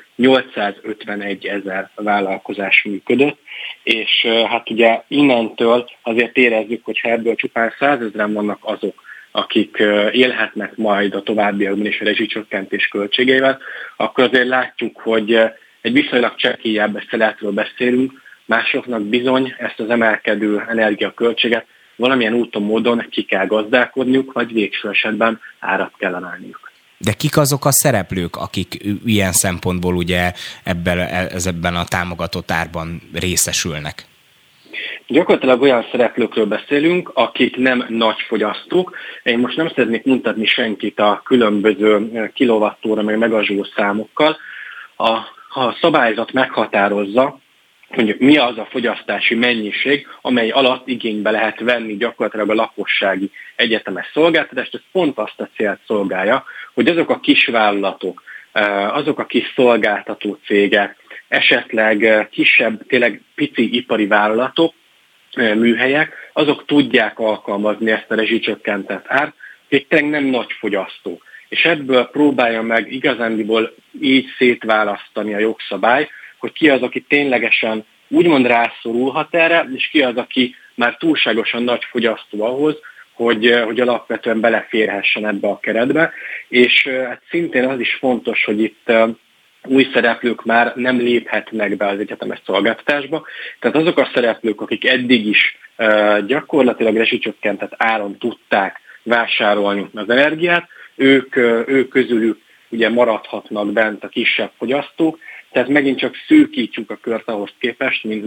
851 000 vállalkozás működött, és hát ugye innentől azért érezzük, hogy ha ebből csupán 100 000-en vannak azok, akik élhetnek majd a továbbiakban is a rezsicsökkentés költségeivel, akkor azért látjuk, hogy egy viszonylag csekélyebb szeletről beszélünk, másoknak bizony ezt az emelkedő energiaköltséget valamilyen úton, módon ki kell gazdálkodniuk, vagy végső esetben árat kell emelniük. De kik azok a szereplők, akik ilyen szempontból ugye ebben a támogatott árban részesülnek? Gyakorlatilag olyan szereplőkről beszélünk, akik nem nagy fogyasztók. Én most nem szeretnék mutatni senkit a különböző kilovattóra, meg megazsó számokkal. Ha a szabályzat meghatározza, mondjuk mi az a fogyasztási mennyiség, amely alatt igénybe lehet venni gyakorlatilag a lakossági egyetemes szolgáltatást. Ez pont azt a célt szolgálja, hogy azok a kisvállalatok, azok a kis szolgáltató cégek, esetleg kisebb, tényleg pici ipari vállalatok, műhelyek, azok tudják alkalmazni ezt a rezsicsökkentett árt, hogy tényleg nem nagy fogyasztók. És ebből próbálja meg igazándiból így szétválasztani a jogszabály, hogy ki az, aki ténylegesen úgymond rászorulhat erre, és ki az, aki már túlságosan nagy fogyasztó ahhoz, hogy alapvetően beleférhessen ebbe a keretbe. És hát szintén az is fontos, hogy itt új szereplők már nem léphetnek be az egyetemes szolgáltatásba. Tehát azok a szereplők, akik eddig is gyakorlatilag rezsicsökkentett áron tudták vásárolni az energiát, ők közülük ugye maradhatnak bent a kisebb fogyasztók, tehát megint csak szűkítjük a kört ahhoz képest, mint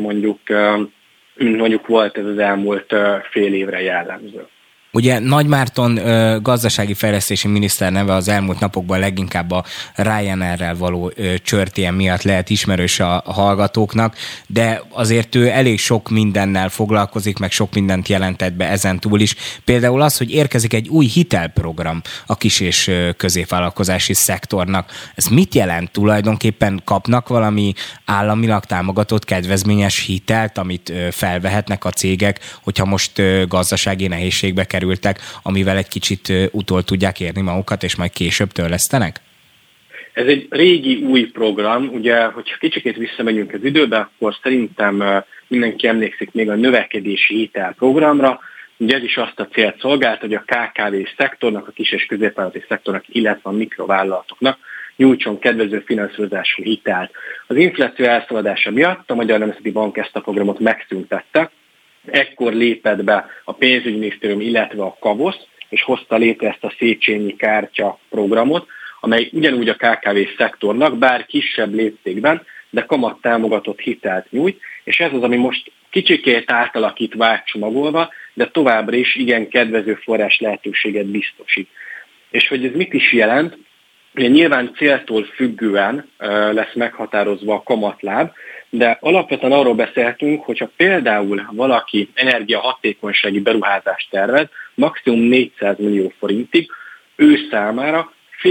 mondjuk volt ez az elmúlt fél évre jellemző. Ugye Nagy Márton gazdasági fejlesztési miniszter neve az elmúlt napokban leginkább a Ryanairrel való csörtén miatt lehet ismerős a hallgatóknak, de azért ő elég sok mindennel foglalkozik, meg sok mindent jelentett be ezen túl is. Például az, hogy érkezik egy új hitelprogram a kis- és középvállalkozási szektornak. Ez mit jelent? Tulajdonképpen kapnak valami államilag támogatott kedvezményes hitelt, amit felvehetnek a cégek, hogyha most gazdasági nehézségbe kerültek, amivel egy kicsit utol tudják érni magukat, és majd később törlesztenek? Ez egy régi új program, ugye, hogyha kicsikét visszamegyünk az időbe, akkor szerintem mindenki emlékszik még a növekedési hitelprogramra. Ugye ez is azt a célt szolgált, hogy a KKV szektornak, a kis- és középvállalati szektornak, illetve a mikrovállalatoknak nyújtson kedvező finanszírozású hitelt. Az infláció elszaladása miatt a Magyar Nemzeti Bank ezt a programot megszüntette. Ekkor lépett be a pénzügyminisztérium, illetve a KAVOSZ, és hozta létre ezt a Széchenyi kártya programot, amely ugyanúgy a KKV szektornak, bár kisebb léptékben, de kamattámogatott hitelt nyújt, és ez az, ami most kicsikét átalakítva, átcsomagolva, de továbbra is igen kedvező forrás lehetőséget biztosít. És hogy ez mit is jelent? Ugye nyilván céltól függően lesz meghatározva a kamatláb, de alapvetően arról beszéltünk, hogyha például valaki energiahatékonysági beruházást tervez, maximum 400 millió forintig, ő számára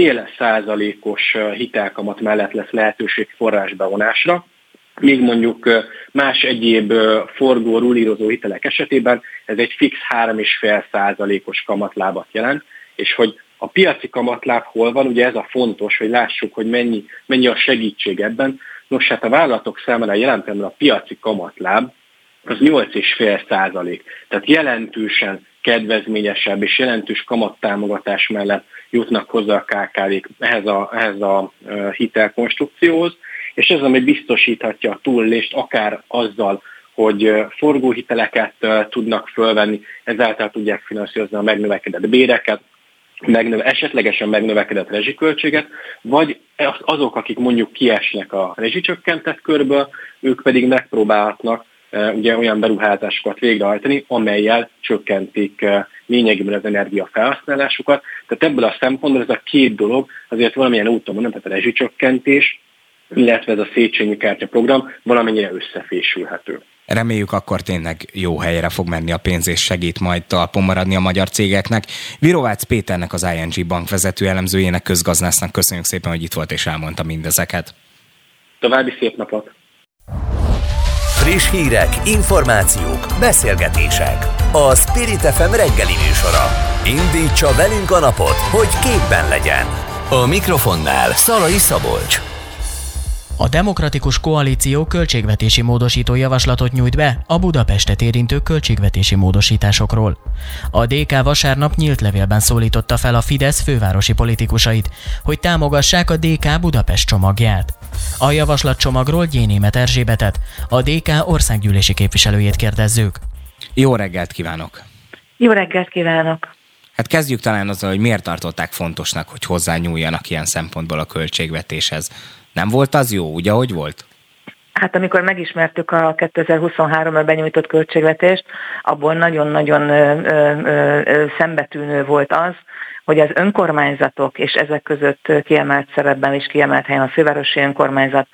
0,5%-os hitelkamat mellett lesz lehetőség forrásbevonásra, míg mondjuk más egyéb forgó, rulírozó hitelek esetében ez egy fix 3,5%-os kamatlábat jelent, és hogy a piaci kamatláb hol van, ugye ez a fontos, hogy lássuk, hogy mennyi a segítség ebben. Nos, hát a vállalatok számára jelen a piaci kamatláb az 8,5%. Tehát jelentősen kedvezményesebb és jelentős kamattámogatás mellett jutnak hozzá a KKV-k ehhez a hitelkonstrukcióhoz, és ez, ami biztosíthatja a túlélést akár azzal, hogy forgóhiteleket tudnak fölvenni, ezáltal tudják finanszírozni a megnövekedett béreket, esetlegesen megnövekedett rezsiköltséget, vagy azok, akik mondjuk kiesnek a rezsicsökkentett körből, ők pedig megpróbálhatnak ugye olyan beruházásokat végrehajtani, amellyel csökkentik lényegében az energiafelhasználásukat. Tehát ebből a szempontból ez a két dolog azért valamilyen úton mondom, tehát a rezsicsökkentés, illetve ez a Széchenyi kártya program valamennyire összefésülhető. Reméljük, akkor tényleg jó helyre fog menni a pénz, és segít majd talpon maradni a magyar cégeknek. Virovácz Péternek, az ING Bank vezető elemzőjének, közgazdásznak köszönjük szépen, hogy itt volt és elmondta mindezeket. További szép napot! Friss hírek, információk, beszélgetések. A Spirit FM reggeli műsora. Indítsa velünk a napot, hogy képben legyen. A mikrofonnál Szalai Szabolcs. A Demokratikus Koalíció költségvetési módosító javaslatot nyújt be a Budapestet érintő költségvetési módosításokról. A DK vasárnap nyílt levélben szólította fel a Fidesz fővárosi politikusait, hogy támogassák a DK Budapest csomagját. A javaslatcsomagról Gyénémet Erzsébetet, a DK országgyűlési képviselőjét kérdezzük. Jó reggelt kívánok! Jó reggelt kívánok! Hát kezdjük talán azzal, hogy miért tartották fontosnak, hogy hozzányúljanak ilyen szempontból a költségvetéshez. Nem volt az jó, úgy, ahogy volt? Hát amikor megismertük a 2023-ban benyújtott költségvetést, abból nagyon-nagyon szembetűnő volt az, hogy az önkormányzatok, és ezek között kiemelt szerepben és kiemelt helyen a fővárosi önkormányzat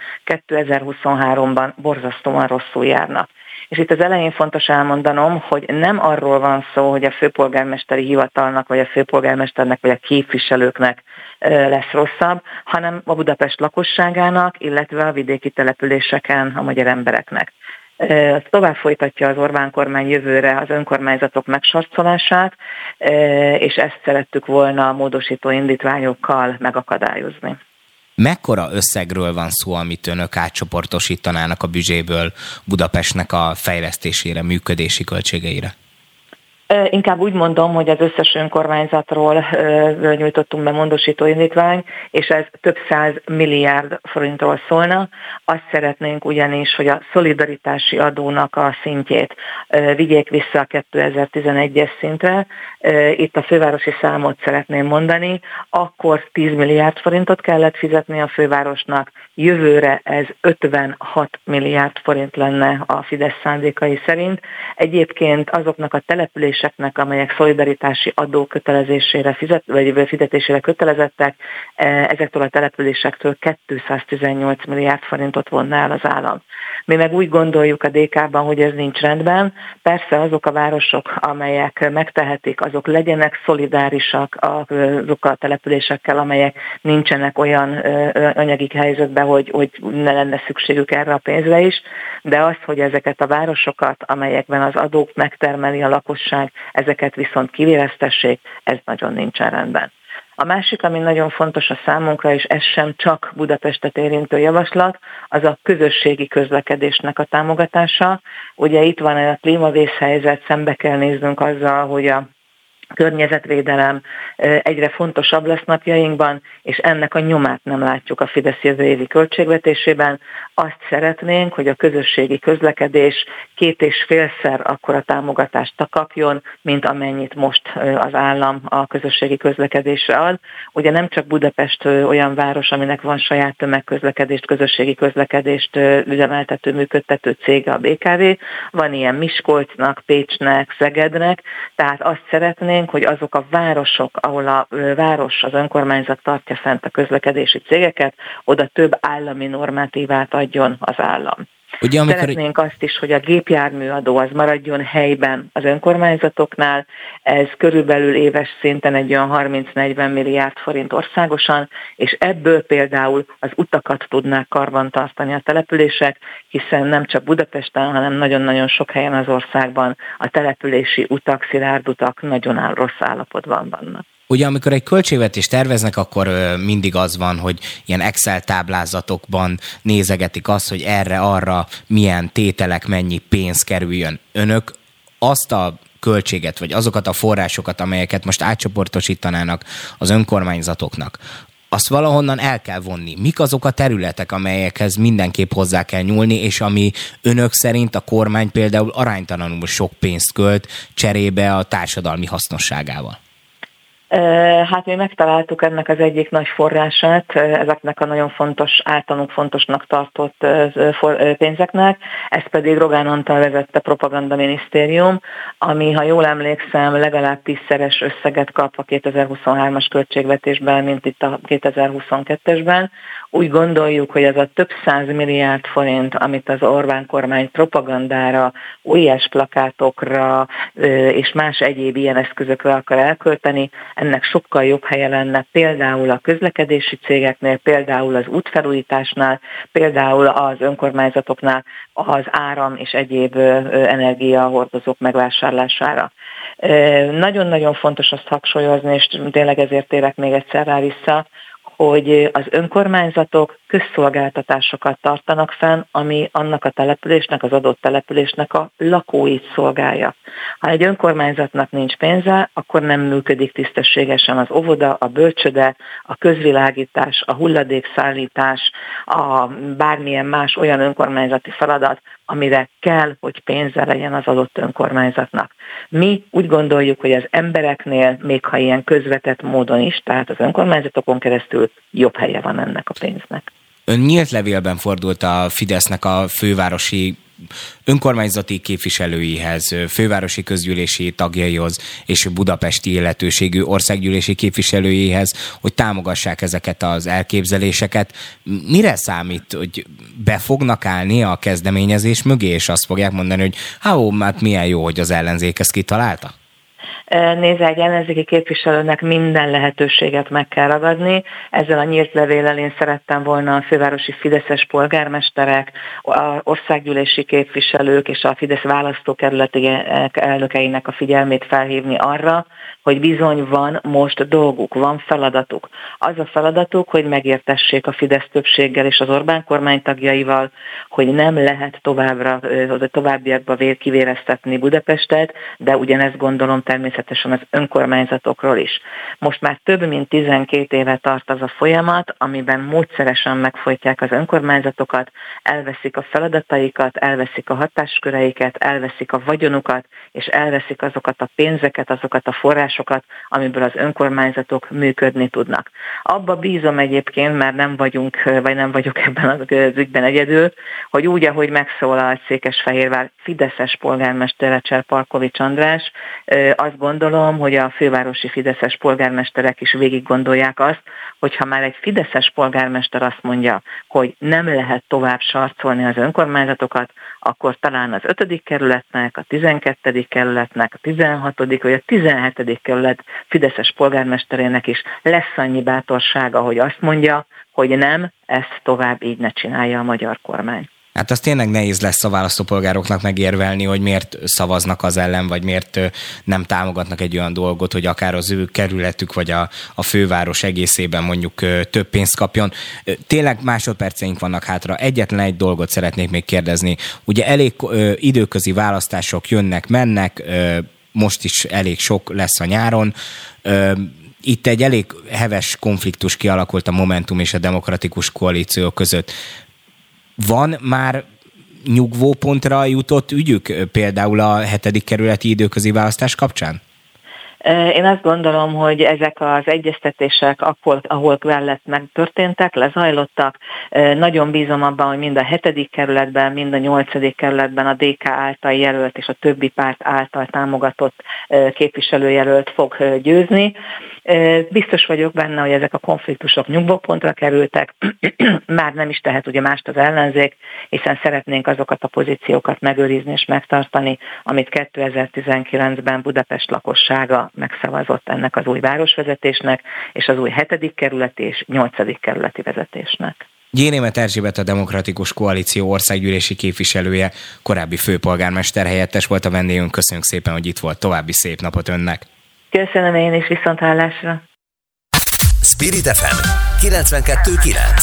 2023-ban borzasztóan rosszul járnak. És itt az elején fontos elmondanom, hogy nem arról van szó, hogy a főpolgármesteri hivatalnak, vagy a főpolgármesternek, vagy a képviselőknek lesz rosszabb, hanem a Budapest lakosságának, illetve a vidéki településeken a magyar embereknek. Tovább folytatja az Orbán kormány jövőre az önkormányzatok megsarcolását, és ezt szerettük volna a módosító indítványokkal megakadályozni. Mekkora összegről van szó, amit önök átcsoportosítanának a büdzséből Budapestnek a fejlesztésére, működési költségeire? Inkább úgy mondom, hogy az összes önkormányzatról nyújtottunk be módosító indítvány, és ez több 100 milliárd forintról szólna. Azt szeretnénk ugyanis, hogy a szolidaritási adónak a szintjét vigyék vissza a 2011-es szintre. Itt a fővárosi számot szeretném mondani. Akkor 10 milliárd forintot kellett fizetni a fővárosnak, jövőre ez 56 milliárd forint lenne a Fidesz szándékai szerint. Egyébként azoknak a településeknek, amelyek szolidaritási adó kötelezésére vagy fizetésére kötelezettek, ezektől a településektől 218 milliárd forintot vonna el az állam. Mi meg úgy gondoljuk a DK-ban, hogy ez nincs rendben. Persze azok a városok, amelyek megtehetik, azok legyenek szolidárisak azokkal a településekkel, amelyek nincsenek olyan anyagi helyzetben, hogy ne lenne szükségük erre a pénzre is, de az, hogy ezeket a városokat, amelyekben az adók megtermeli a lakosság, ezeket viszont kivéreztessék, ez nagyon nincsen rendben. A másik, ami nagyon fontos a számunkra, és ez sem csak Budapestet érintő javaslat, az a közösségi közlekedésnek a támogatása. Ugye itt van a klímavészhelyzet, szembe kell néznünk azzal, hogy a környezetvédelem egyre fontosabb lesz napjainkban, és ennek a nyomát nem látjuk a Fidesz jövő évi költségvetésében. Azt szeretnénk, hogy a közösségi közlekedés 2,5-szer akkora támogatást kapjon, mint amennyit most az állam a közösségi közlekedésre ad. Ugye nem csak Budapest olyan város, aminek van saját tömegközlekedést, közösségi közlekedést üzemeltető, működtető cége a BKV, van ilyen Miskolcnak, Pécsnek, Szegednek, tehát azt szeretnénk, hogy azok a városok, ahol a város, az önkormányzat tartja fent a közlekedési cégeket, oda több állami normatívát adjon az állam. Ugye, szeretnénk azt is, hogy a gépjárműadó az maradjon helyben az önkormányzatoknál, ez körülbelül éves szinten egy olyan 30-40 milliárd forint országosan, és ebből például az utakat tudnák karbantartani a települések, hiszen nem csak Budapesten, hanem nagyon-nagyon sok helyen az országban a települési utak, szilárd utak nagyon rossz állapotban vannak. Ugye amikor egy költségvetést terveznek, akkor mindig az van, hogy ilyen Excel táblázatokban nézegetik azt, hogy erre-arra milyen tételek, mennyi pénz kerüljön. Önök azt a költséget, vagy azokat a forrásokat, amelyeket most átcsoportosítanának az önkormányzatoknak, azt valahonnan el kell vonni. Mik azok a területek, amelyekhez mindenképp hozzá kell nyúlni, és ami önök szerint a kormány például aránytalanul sok pénzt költ cserébe a társadalmi hasznosságával? Hát mi megtaláltuk ennek az egyik nagy forrását, ezeknek a nagyon fontos, általunk fontosnak tartott pénzeknek, ez pedig Rogán Antal vezette propagandaminisztérium, ami, ha jól emlékszem, legalább 10-szeres összeget kap a 2023-as költségvetésben, mint itt a 2022-esben. Úgy gondoljuk, hogy ez a több 100 milliárd forint, amit az Orbán kormány propagandára, óriás plakátokra és más egyéb ilyen eszközökre akar elkölteni, ennek sokkal jobb helye lenne például a közlekedési cégeknél, például az útfelújításnál, például az önkormányzatoknál az áram és egyéb energiahordozók megvásárlására. Nagyon-nagyon fontos azt hangsúlyozni, és tényleg ezért térek még egyszer rá vissza, hogy az önkormányzatok közszolgáltatásokat tartanak fenn, ami annak a településnek, az adott településnek a lakóit szolgálja. Ha egy önkormányzatnak nincs pénze, akkor nem működik tisztességesen az óvoda, a bölcsöde, a közvilágítás, a hulladékszállítás, a bármilyen más olyan önkormányzati feladat, amire kell, hogy pénze legyen az adott önkormányzatnak. Mi úgy gondoljuk, hogy az embereknél, még ha ilyen közvetett módon is, tehát az önkormányzatokon keresztül jobb helye van ennek a pénznek. Ön nyílt levélben fordult a Fidesznek a fővárosi önkormányzati képviselőihez, fővárosi közgyűlési tagjaihoz és budapesti illetőségű országgyűlési képviselőihez, hogy támogassák ezeket az elképzeléseket. Mire számít, hogy be fognak állni a kezdeményezés mögé, és azt fogják mondani, hogy hát milyen jó, hogy az ellenzék ezt kitalálta? Nézze, egy ellenzéki képviselőnek minden lehetőséget meg kell ragadni. Ezzel a nyílt levéllel én szerettem volna a fővárosi fideszes polgármesterek, az országgyűlési képviselők és a Fidesz választókerületi elnökeinek a figyelmét felhívni arra, hogy bizony van most dolguk, van feladatuk. Az a feladatuk, hogy megértessék a Fidesz többséggel és az Orbán kormány tagjaival, hogy nem lehet továbbiakba kivéreztetni Budapestet, de ugyanezt gondolom természetesen az önkormányzatokról is. Most már több mint 12 éve tart az a folyamat, amiben módszeresen megfojtják az önkormányzatokat, elveszik a feladataikat, elveszik a hatásköreiket, elveszik a vagyonukat, és elveszik azokat a pénzeket, azokat a forrásokat, amiből az önkormányzatok működni tudnak. Abba bízom egyébként, mert nem vagyok ebben az ügyben egyedül, hogy úgy, ahogy megszólalt Székesfehérvár fideszes polgármestere Cserpalkovics András, azt gondolom, hogy a fővárosi fideszes polgármesterek is végig gondolják azt, hogyha már egy fideszes polgármester azt mondja, hogy nem lehet tovább sarcolni az önkormányzatokat, akkor talán az 5. kerületnek, a 12. kerületnek, a 16. vagy a 17. kerület fideszes polgármesterének is lesz annyi bátorsága, hogy azt mondja, hogy nem, ezt tovább így ne csinálja a magyar kormány. Hát az tényleg nehéz lesz a választópolgároknak megérvelni, hogy miért szavaznak az ellen, vagy miért nem támogatnak egy olyan dolgot, hogy akár az ő kerületük, vagy a főváros egészében mondjuk több pénzt kapjon. Tényleg másodperceink vannak hátra. Egyetlen egy dolgot szeretnék még kérdezni. Ugye elég időközi választások jönnek, mennek, most is elég sok lesz a nyáron. Itt egy elég heves konfliktus kialakult a Momentum és a Demokratikus Koalíció között. Van már nyugvópontra jutott ügyük, például a 7. kerületi időközi választás kapcsán? Én azt gondolom, hogy ezek az egyeztetések, ahol mellett megtörténtek, lezajlottak. Nagyon bízom abban, hogy mind a 7. kerületben, mind a 8. kerületben a DK által jelölt és a többi párt által támogatott képviselőjelölt fog győzni. Biztos vagyok benne, hogy ezek a konfliktusok nyugvópontra kerültek, már nem is tehet ugye mást az ellenzék, hiszen szeretnénk azokat a pozíciókat megőrizni és megtartani, amit 2019-ben Budapest lakossága megszavazott ennek az új városvezetésnek, és az új 7. kerületi és 8. kerületi vezetésnek. Gyénémet Erzsébet, a Demokratikus Koalíció országgyűlési képviselője, korábbi főpolgármester helyettes volt a vendégünk. Köszönjük szépen, hogy itt volt. További szép napot önnek. Köszönöm én is, viszonthallásra. Spirit FM 92.9.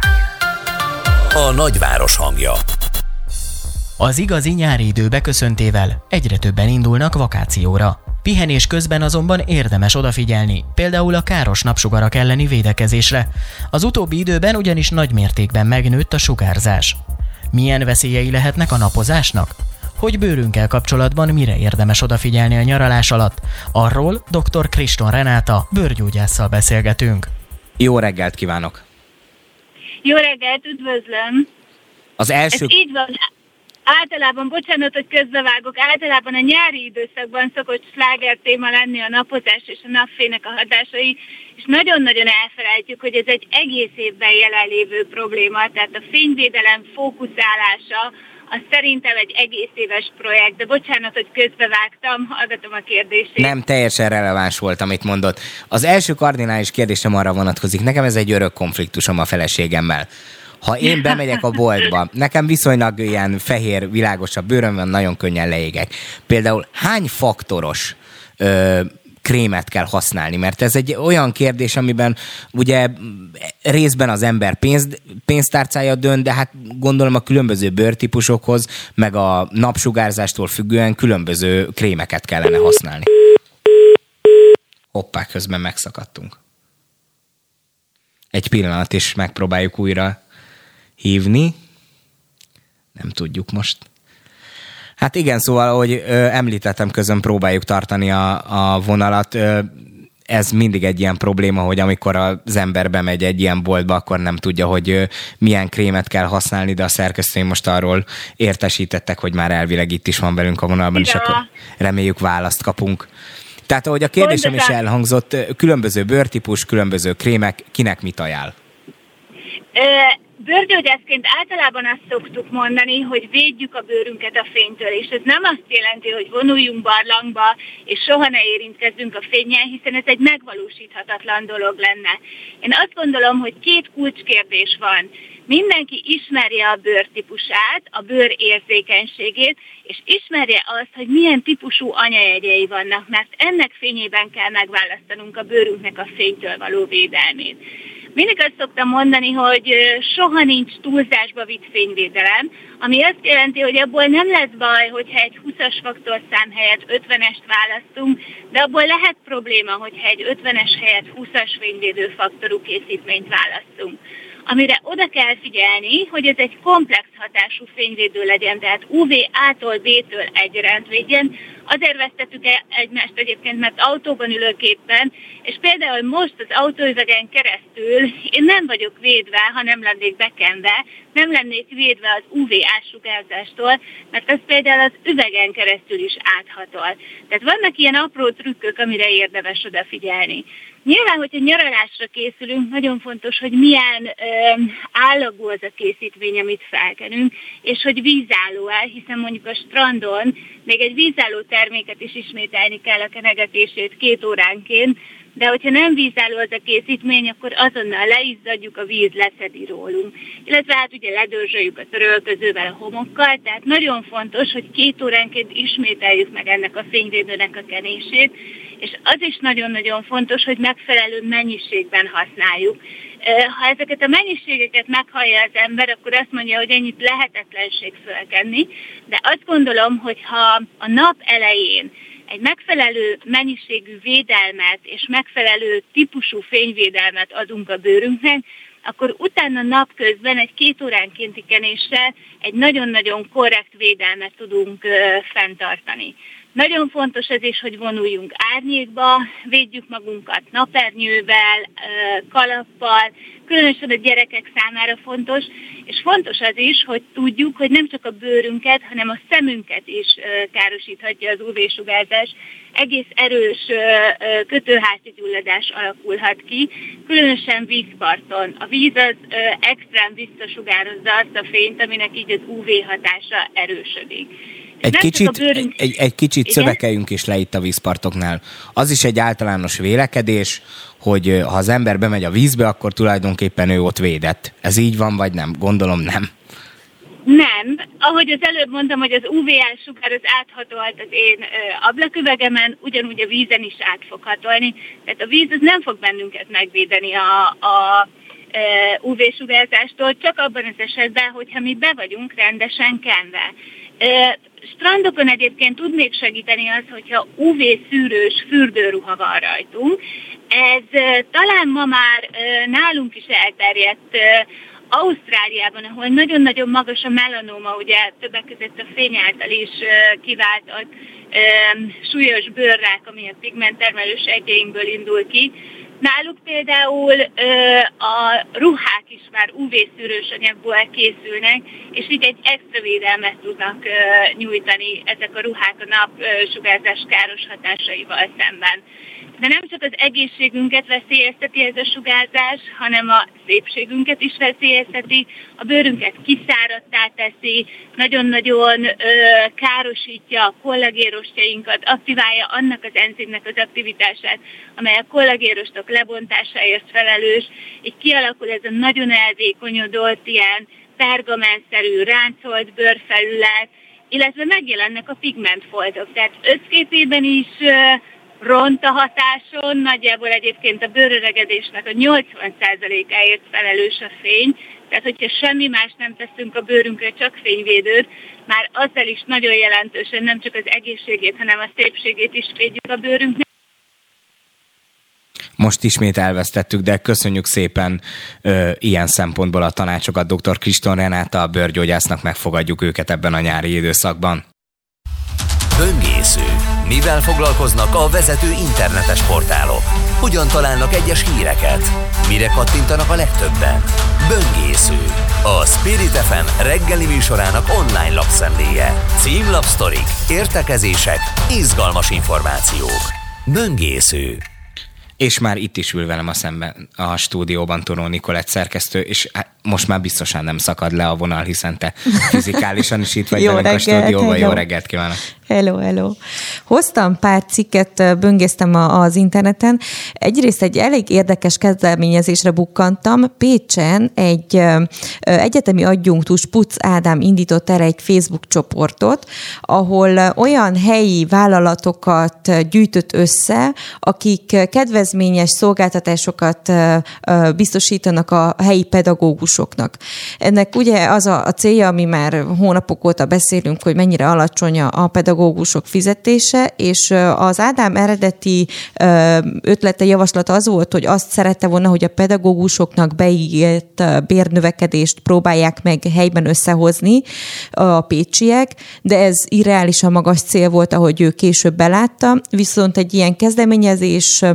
A nagyváros hangja. Az igazi nyári idő beköszöntével egyre többen indulnak vakációra. Pihenés közben azonban érdemes odafigyelni, például a káros napsugarak elleni védekezésre. Az utóbbi időben ugyanis nagy mértékben megnőtt a sugárzás. Milyen veszélyei lehetnek a napozásnak? Hogy bőrünkkel kapcsolatban mire érdemes odafigyelni a nyaralás alatt? Arról dr. Kriston Renáta bőrgyógyásszal beszélgetünk. Jó reggelt kívánok! Jó reggelt, üdvözlöm! Az első... Ez így van. Általában, bocsánat, hogy közbevágok, általában a nyári időszakban szokott sláger téma lenni a napozás és a napfénynek a hatásai, és nagyon-nagyon elfelejtjük, hogy ez egy egész évben jelenlévő probléma, tehát a fényvédelem fókuszálása, az szerintem egy egész éves projekt, de bocsánat, hogy közbevágtam, hallgatom a kérdését. Nem, teljesen releváns volt, amit mondott. Az első kardinális kérdésem arra vonatkozik, nekem ez egy örök konfliktusom a feleségemmel. Ha én bemegyek a boltba, nekem viszonylag ilyen fehér, világosabb bőröm van, nagyon könnyen leégek. Például hány faktoros krémet kell használni? Mert ez egy olyan kérdés, amiben ugye részben az ember pénztárcája dönt, de hát gondolom a különböző bőrtípusokhoz, meg a napsugárzástól függően különböző krémeket kellene használni. Hoppá, közben megszakadtunk. Egy pillanat, és megpróbáljuk újra hívni. Nem tudjuk most. Hát igen, szóval, ahogy említettem, közön próbáljuk tartani a vonalat. ez mindig egy ilyen probléma, hogy amikor az ember bemegy egy ilyen boltba, akkor nem tudja, hogy milyen krémet kell használni, de a szerkesztőim most arról értesítettek, hogy már elvileg itt is van velünk a vonalban, és akkor reméljük választ kapunk. Tehát ahogy a kérdésem is elhangzott, különböző bőrtípus, különböző krémek, kinek mit ajánl? Bőrgyógyászként általában azt szoktuk mondani, hogy védjük a bőrünket a fénytől, és ez nem azt jelenti, hogy vonuljunk barlangba, és soha ne érintkezzünk a fénnyel, hiszen ez egy megvalósíthatatlan dolog lenne. Én azt gondolom, hogy 2 kulcskérdés van. Mindenki ismerje a bőrtípusát, a bőr érzékenységét, és ismerje azt, hogy milyen típusú anyajegyei vannak, mert ennek fényében kell megválasztanunk a bőrünknek a fénytől való védelmét. Mindig azt szoktam mondani, hogy soha nincs túlzásba vitt fényvédelem, ami azt jelenti, hogy abból nem lesz baj, hogyha egy 20-as faktorszám helyett 50-est választunk, de abból lehet probléma, hogyha egy 50-es helyett 20-as fényvédő faktorú készítményt választunk. Amire oda kell figyelni, hogy ez egy komplex hatású fényvédő legyen, tehát UV-A-tól B-től egyaránt védjen. Azért vesztettük egymást egyébként, mert autóban ülök éppen, és például most az autóüvegen keresztül én nem vagyok védve, ha nem lennék bekenve, nem lennék védve az UV-A-sugárzástól, mert az például az üvegen keresztül is áthatol. Tehát vannak ilyen apró trükkök, amire érdemes odafigyelni. Nyilván, hogyha nyaralásra készülünk, nagyon fontos, hogy milyen állagú az a készítmény, amit felkenünk, és hogy vízálló-e, hiszen mondjuk a strandon még egy vízálló terméket is ismételni kell a kenegetését 2 óránként, de hogyha nem vízálló az a készítmény, akkor azonnal leizzadjuk, a víz leszedi rólunk. Illetve hát ugye ledörzsöljük a törölközővel, a homokkal, tehát nagyon fontos, hogy 2 óránként ismételjük meg ennek a fényvédőnek a kenését, és az is nagyon-nagyon fontos, hogy megfelelő mennyiségben használjuk. Ha ezeket a mennyiségeket meghallja az ember, akkor azt mondja, hogy ennyit lehetetlenség fölkenni, de azt gondolom, hogy ha a nap elején egy megfelelő mennyiségű védelmet és megfelelő típusú fényvédelmet adunk a bőrünknek, akkor utána napközben egy 2 óránkénti kenéssel egy nagyon-nagyon korrekt védelmet tudunk fenntartani. Nagyon fontos ez is, hogy vonuljunk árnyékba, védjük magunkat napernyővel, kalappal, különösen a gyerekek számára fontos, és fontos az is, hogy tudjuk, hogy nem csak a bőrünket, hanem a szemünket is károsíthatja az UV-sugárzás. Egész erős kötőházi gyulladás alakulhat ki, különösen vízparton. A víz az extrém visszasugározza azt a fényt, aminek így az UV hatása erősödik. Egy kicsit szövekeljünk is le itt a vízpartoknál. Az is egy általános vélekedés, hogy ha az ember bemegy a vízbe, akkor tulajdonképpen ő ott védett. Ez így van, vagy nem? Gondolom nem. Nem. Ahogy az előbb mondtam, hogy az UV-s sugár az áthatolt az én ablaküvegemen, ugyanúgy a vízen is át fog hatolni. Tehát a víz az nem fog bennünket megvédeni a UV-sugárzástól, csak abban az esetben, hogyha mi be vagyunk rendesen kenve. Strandokon egyébként tud még segíteni az, hogyha UV-szűrős fürdőruha van rajtunk. Ez talán ma már nálunk is elterjedt Ausztráliában, ahol nagyon-nagyon magas a melanóma, ugye többek között a fény által is kiváltott súlyos bőrrák, ami a pigmenttermelő sejtjeinkből indul ki. Náluk például a ruhák is már UV-szűrős anyagból készülnek, és így egy extra védelmet tudnak nyújtani ezek a ruhák a napsugárzás káros hatásaival szemben. De nem csak az egészségünket veszélyezteti ez a sugárzás, hanem a szépségünket is veszélyezteti, a bőrünket kiszáradtá teszi, nagyon-nagyon károsítja a kollagérostjainkat, aktiválja annak az enzimnek az aktivitását, amely a kollagérostok lebontásáért felelős, így kialakul ez a nagyon elvékonyodott, ilyen pergamenszerű, ráncolt bőrfelület, illetve megjelennek a pigmentfoltok. Tehát összképében is ront a hatáson, nagyjából egyébként a bőröregedésnek a 80%-áért felelős a fény, tehát hogyha semmi más nem teszünk a bőrünkre, csak fényvédőt, már azzal is nagyon jelentősen nem csak az egészségét, hanem a szépségét is védjük a bőrünknek. Most ismét elvesztettük, de köszönjük szépen ilyen szempontból a tanácsokat dr. Kriston Renáta, a bőrgyógyásznak, megfogadjuk őket ebben a nyári időszakban. Böngésző. Mivel foglalkoznak a vezető internetes portálok? Hogyan találnak egyes híreket? Mire kattintanak a legtöbben? Böngésző. A Spirit FM reggeli műsorának online lapszemléje. Címlapsztorik, értekezések, izgalmas információk. Böngésző. És már itt is ül velem a szemben a stúdióban Turó Nikolett szerkesztő, és most már biztosan nem szakad le a vonal, hiszen te fizikálisan is itt vagy velünk a stúdióban. Jó reggelt kívánok! Hello! Hoztam pár cikket, böngésztem az interneten. Egyrészt egy elég érdekes kezdeményezésre bukkantam. Pécsen egy egyetemi adjunktus, Pucz Ádám indított el egy Facebook csoportot, ahol olyan helyi vállalatokat gyűjtött össze, akik kedvezményes szolgáltatásokat biztosítanak a helyi pedagógusoknak. Ennek ugye az a célja, ami már hónapok óta beszélünk, hogy mennyire alacsony a pedagógusok fizetése, és az Ádám eredeti ötlete, javaslata az volt, hogy azt szerette volna, hogy a pedagógusoknak beígért bérnövekedést próbálják meg helyben összehozni a pécsiek, de ez irreálisan magas cél volt, ahogy ő később belátta, viszont egy ilyen kezdeményezés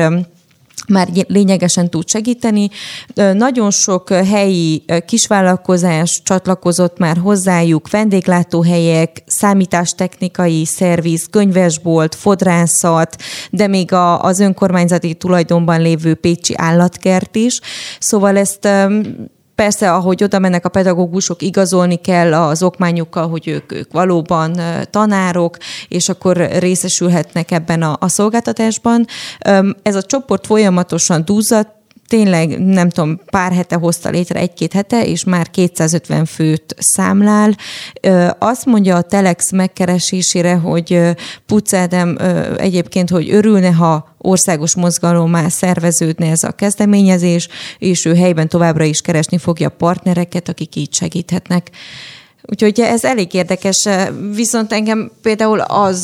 már lényegesen tud segíteni. Nagyon sok helyi kisvállalkozás csatlakozott már hozzájuk, vendéglátóhelyek, számítástechnikai szerviz, könyvesbolt, fodrászat, de még az önkormányzati tulajdonban lévő pécsi állatkert is. Szóval ezt persze, ahogy oda mennek a pedagógusok, igazolni kell az okmányukkal, hogy ők valóban tanárok, és akkor részesülhetnek ebben a szolgáltatásban. Ez a csoport folyamatosan duzzadt, tényleg nem tudom, pár hete hozta létre, 1-2 hete, és már 250 főt számlál. Azt mondja a Telex megkeresésére, hogy Pucz Ádám egyébként, hogy örülne, ha országos mozgalommá szerveződne ez a kezdeményezés, és ő helyben továbbra is keresni fogja a partnereket, akik így segíthetnek. Úgyhogy ez elég érdekes, viszont engem például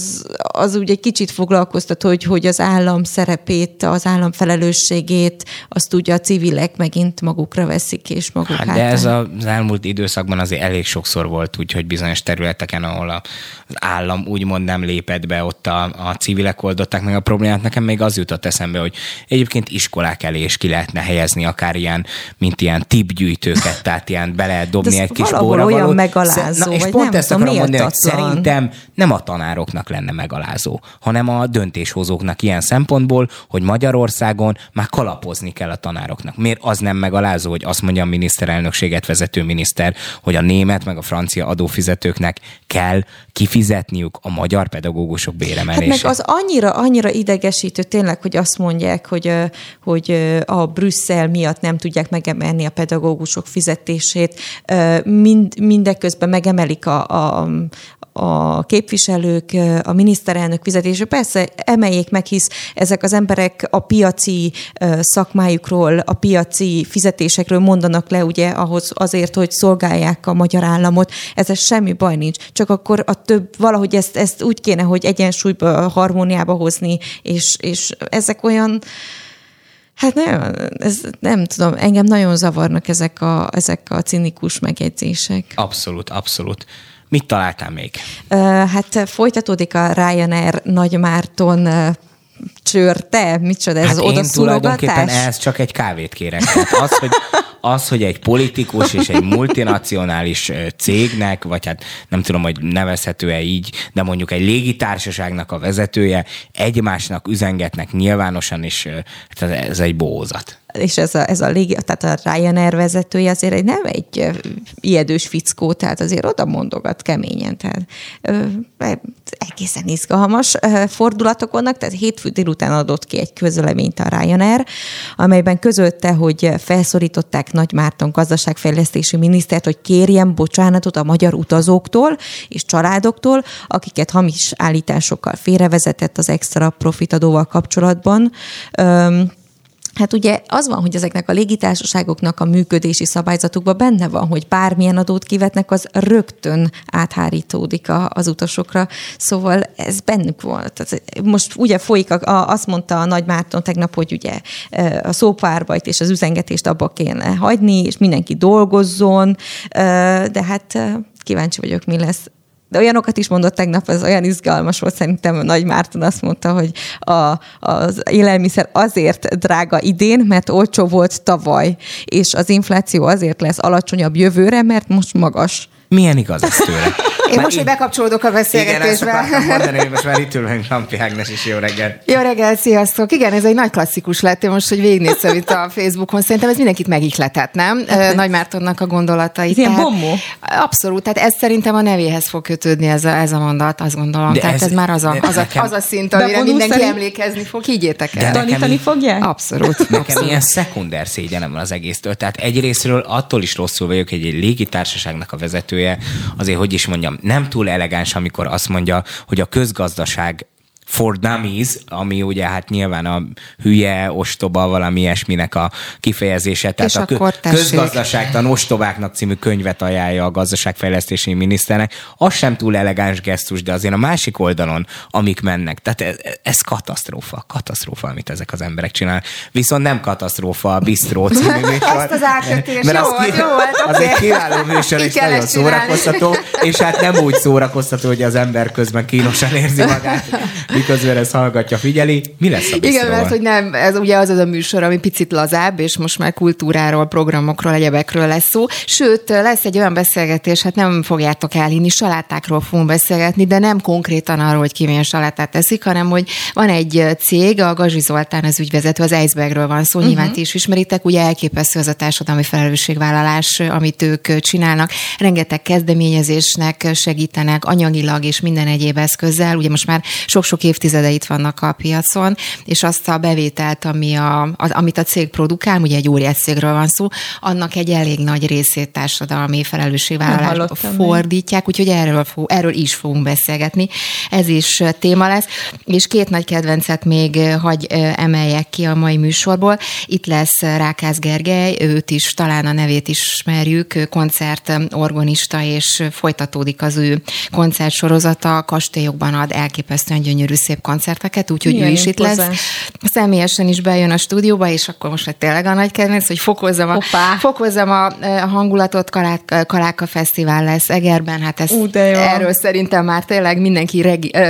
az úgy egy kicsit foglalkoztat, hogy az állam szerepét, az állam felelősségét, azt ugye a civilek megint magukra veszik, és maguk hátán. De ez az elmúlt időszakban azért elég sokszor volt, úgyhogy bizonyos területeken, ahol az állam úgymond nem lépett be, ott a civilek oldották meg a problémát. Nekem még az jutott eszembe, hogy egyébként iskolák elé is ki lehetne helyezni akár ilyen, mint ilyen tipgyűjtőket, tehát ilyen be lehet dobni egy kis borravalót. És pont ezt akarom mondani, hogy szerintem nem a tanároknak lenne megalázó, hanem a döntéshozóknak ilyen szempontból, hogy Magyarországon már kalapozni kell a tanároknak. Miért az nem megalázó, hogy azt mondja a miniszterelnökséget vezető miniszter, hogy a német meg a francia adófizetőknek kell kifizetniük a magyar pedagógusok béremelését? Hát meg az annyira idegesítő tényleg, hogy azt mondják, hogy a Brüsszel miatt nem tudják megemelni a pedagógusok fizetését, mindeközben megemelik a képviselők, a miniszterelnök fizetését. Persze emeljék meg, hisz ezek az emberek a piaci szakmájukról, a piaci fizetésekről mondanak le, ugye, azért, hogy szolgálják a magyar államot. Ez semmi baj nincs. Csak akkor a több, valahogy ezt úgy kéne, hogy egyensúlyba, harmóniába hozni, és ezek olyan... Hát nem tudom, engem nagyon zavarnak ezek a cinikus megjegyzések. Abszolút. Mit találtál még? Hát folytatódik a Ryanair Nagymárton csörte, micsoda ez az odaszúrogatás? Én tulajdonképpen ehhez csak egy kávét kérek. Tehát az, hogy egy politikus és egy multinacionális cégnek, vagy hát nem tudom, hogy nevezhető-e így, de mondjuk egy légitársaságnak a vezetője egymásnak üzengetnek nyilvánosan, és ez egy bohózat. És ez a tehát a Ryanair vezetője azért nem egy ijedős fickó, tehát azért oda mondogat keményen, tehát egészen izgalmas fordulatok vannak, tehát hétfő délután adott ki egy közleményt a Ryanair, amelyben közölte, hogy felszólították Nagymárton gazdaságfejlesztési minisztert, hogy kérjen bocsánatot a magyar utazóktól és családoktól, akiket hamis állításokkal félrevezetett az extra profitadóval kapcsolatban. Hát ugye az van, hogy ezeknek a légitársaságoknak a működési szabályzatukban benne van, hogy bármilyen adót kivetnek, az rögtön áthárítódik az utasokra. Szóval ez bennük volt. Most ugye folyik, azt mondta a Nagymárton tegnap, hogy ugye a szópárbajt és az üzengetést abba kéne hagyni, és mindenki dolgozzon, de hát kíváncsi vagyok, mi lesz. De olyanokat is mondott tegnap, ez olyan izgalmas volt, szerintem Nagy Márton azt mondta, hogy az élelmiszer azért drága idén, mert olcsó volt tavaly, és az infláció azért lesz alacsonyabb jövőre, mert most magas. Milyen igaz ez tőle? Én most, hogy bekapcsolódok a beszélgetésbe. Igen, ezt akartam mondani, hogy most már itt ülünk Lampi Ágnes is. Jó reggel. Jó reggel, sziasztok. Igen, ez egy nagy klasszikus lett. Én most, hogy végignéztem itt a Facebookon, szerintem ez mindenkit megihletett, nem? Nagy Mártonnak a gondolatait. Ez ilyen bombó. Abszolút, tehát ez szerintem a nevéhez fog kötődni ez a mondat, azt gondolom. De tehát ez már az a szint, amire mindenki emlékezni fog. Higgyétek el. Tanítani fogják? Abszolút. Nekem ilyen szekunder szégyenem van az egésztől. Tehát egyrészről attól is rosszul vagyok, hogy egy légitársaságnak a vezetője azért, hogy is mondjam, nem túl elegáns, amikor azt mondja, hogy a közgazdaság for dummies, ami ugye hát nyilván a hülye, ostoba, valami ilyesminek a kifejezése. Tehát a közgazdaságtan ostobáknak című könyvet ajánlja a gazdaságfejlesztési miniszternek. Az sem túl elegáns gesztus, de azért a másik oldalon, amik mennek. Tehát ez katasztrófa, amit ezek az emberek csinálnak. Viszont nem katasztrófa a Bistró című műsor. Azt az átkötés, jó volt. Az egy kiváló műsor, és nagyon szórakoztató, és hát nem úgy szórakoztató, hogy az ember közben kínosan érzi magát, miközben ezt hallgatja, figyeli. Mi lesz a Bistróval? Igen, mert hogy nem, ez ugye az a műsor, ami picit lazább, és most már kultúráról, programokról, egyebekről lesz szó. Sőt, lesz egy olyan beszélgetés, hát nem fogjátok elhinni, salátákról fogunk beszélgetni, de nem konkrétan arról, hogy ki milyen salátát teszik, hanem hogy van egy cég, a Gazsi Zoltán az ügyvezető, az Icebergről van szó, nyilván ti is ismeritek, ugye elképesztő az a társadalmi felelősségvállalás, amit ők csinálnak. Rengeteg kezdeményezésnek segítenek, anyagilag és minden egyéb eszközzel. Ugye most már sok-sok évtizede itt vannak a piacon, és azt a bevételt, amit a cég produkál, ugye egy óriás cégről van szó, annak egy elég nagy részét társadalmi felelősségvállalásba fordítják, úgyhogy erről is fogunk beszélgetni. Ez is téma lesz. És két nagy kedvencet még hagy emeljek ki a mai műsorból. Itt lesz Rákász Gergely, őt is, talán a nevét ismerjük, koncertorgonista, és folytatódik az ő koncertsorozata, kastélyokban ad elképesztően gyönyörű szép koncerteket, úgyhogy ő is itt lesz. Személyesen is bejön a stúdióba, és akkor most tényleg a nagy kedvenc, hogy fokozzam a hangulatot, Kaláka Fesztivál lesz Egerben, hát erről szerintem már tényleg mindenki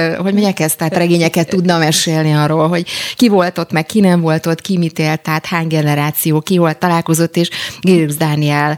tehát regényeket tudna mesélni arról, hogy ki volt ott, meg ki nem volt ott, ki mit élt, tehát hány generáció, ki hol találkozott, és Gérix Dániel,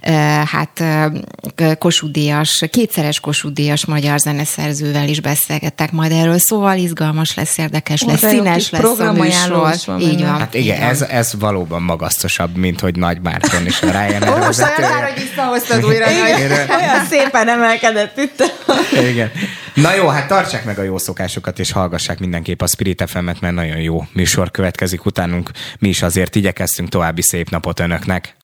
Kossuth Díjas, kétszeres Kossuth Díjas magyar zeneszerzővel is beszélgettek majd erről, szóval izgalmas lesz, érdekes lesz, színes lesz a műsor. Így van. Hát igen, ez valóban magasztosabb, mint hogy Nagy Márton és a Ryanair most olyan kár, hogy visszahoztad újra. Olyan szépen emelkedett itt. Igen. Na jó, hát tartsák meg a jó szokásokat, és hallgassák mindenképp a Spirit FM-et, mert nagyon jó műsor következik utánunk. Mi is azért igyekeztünk, további szép napot önöknek.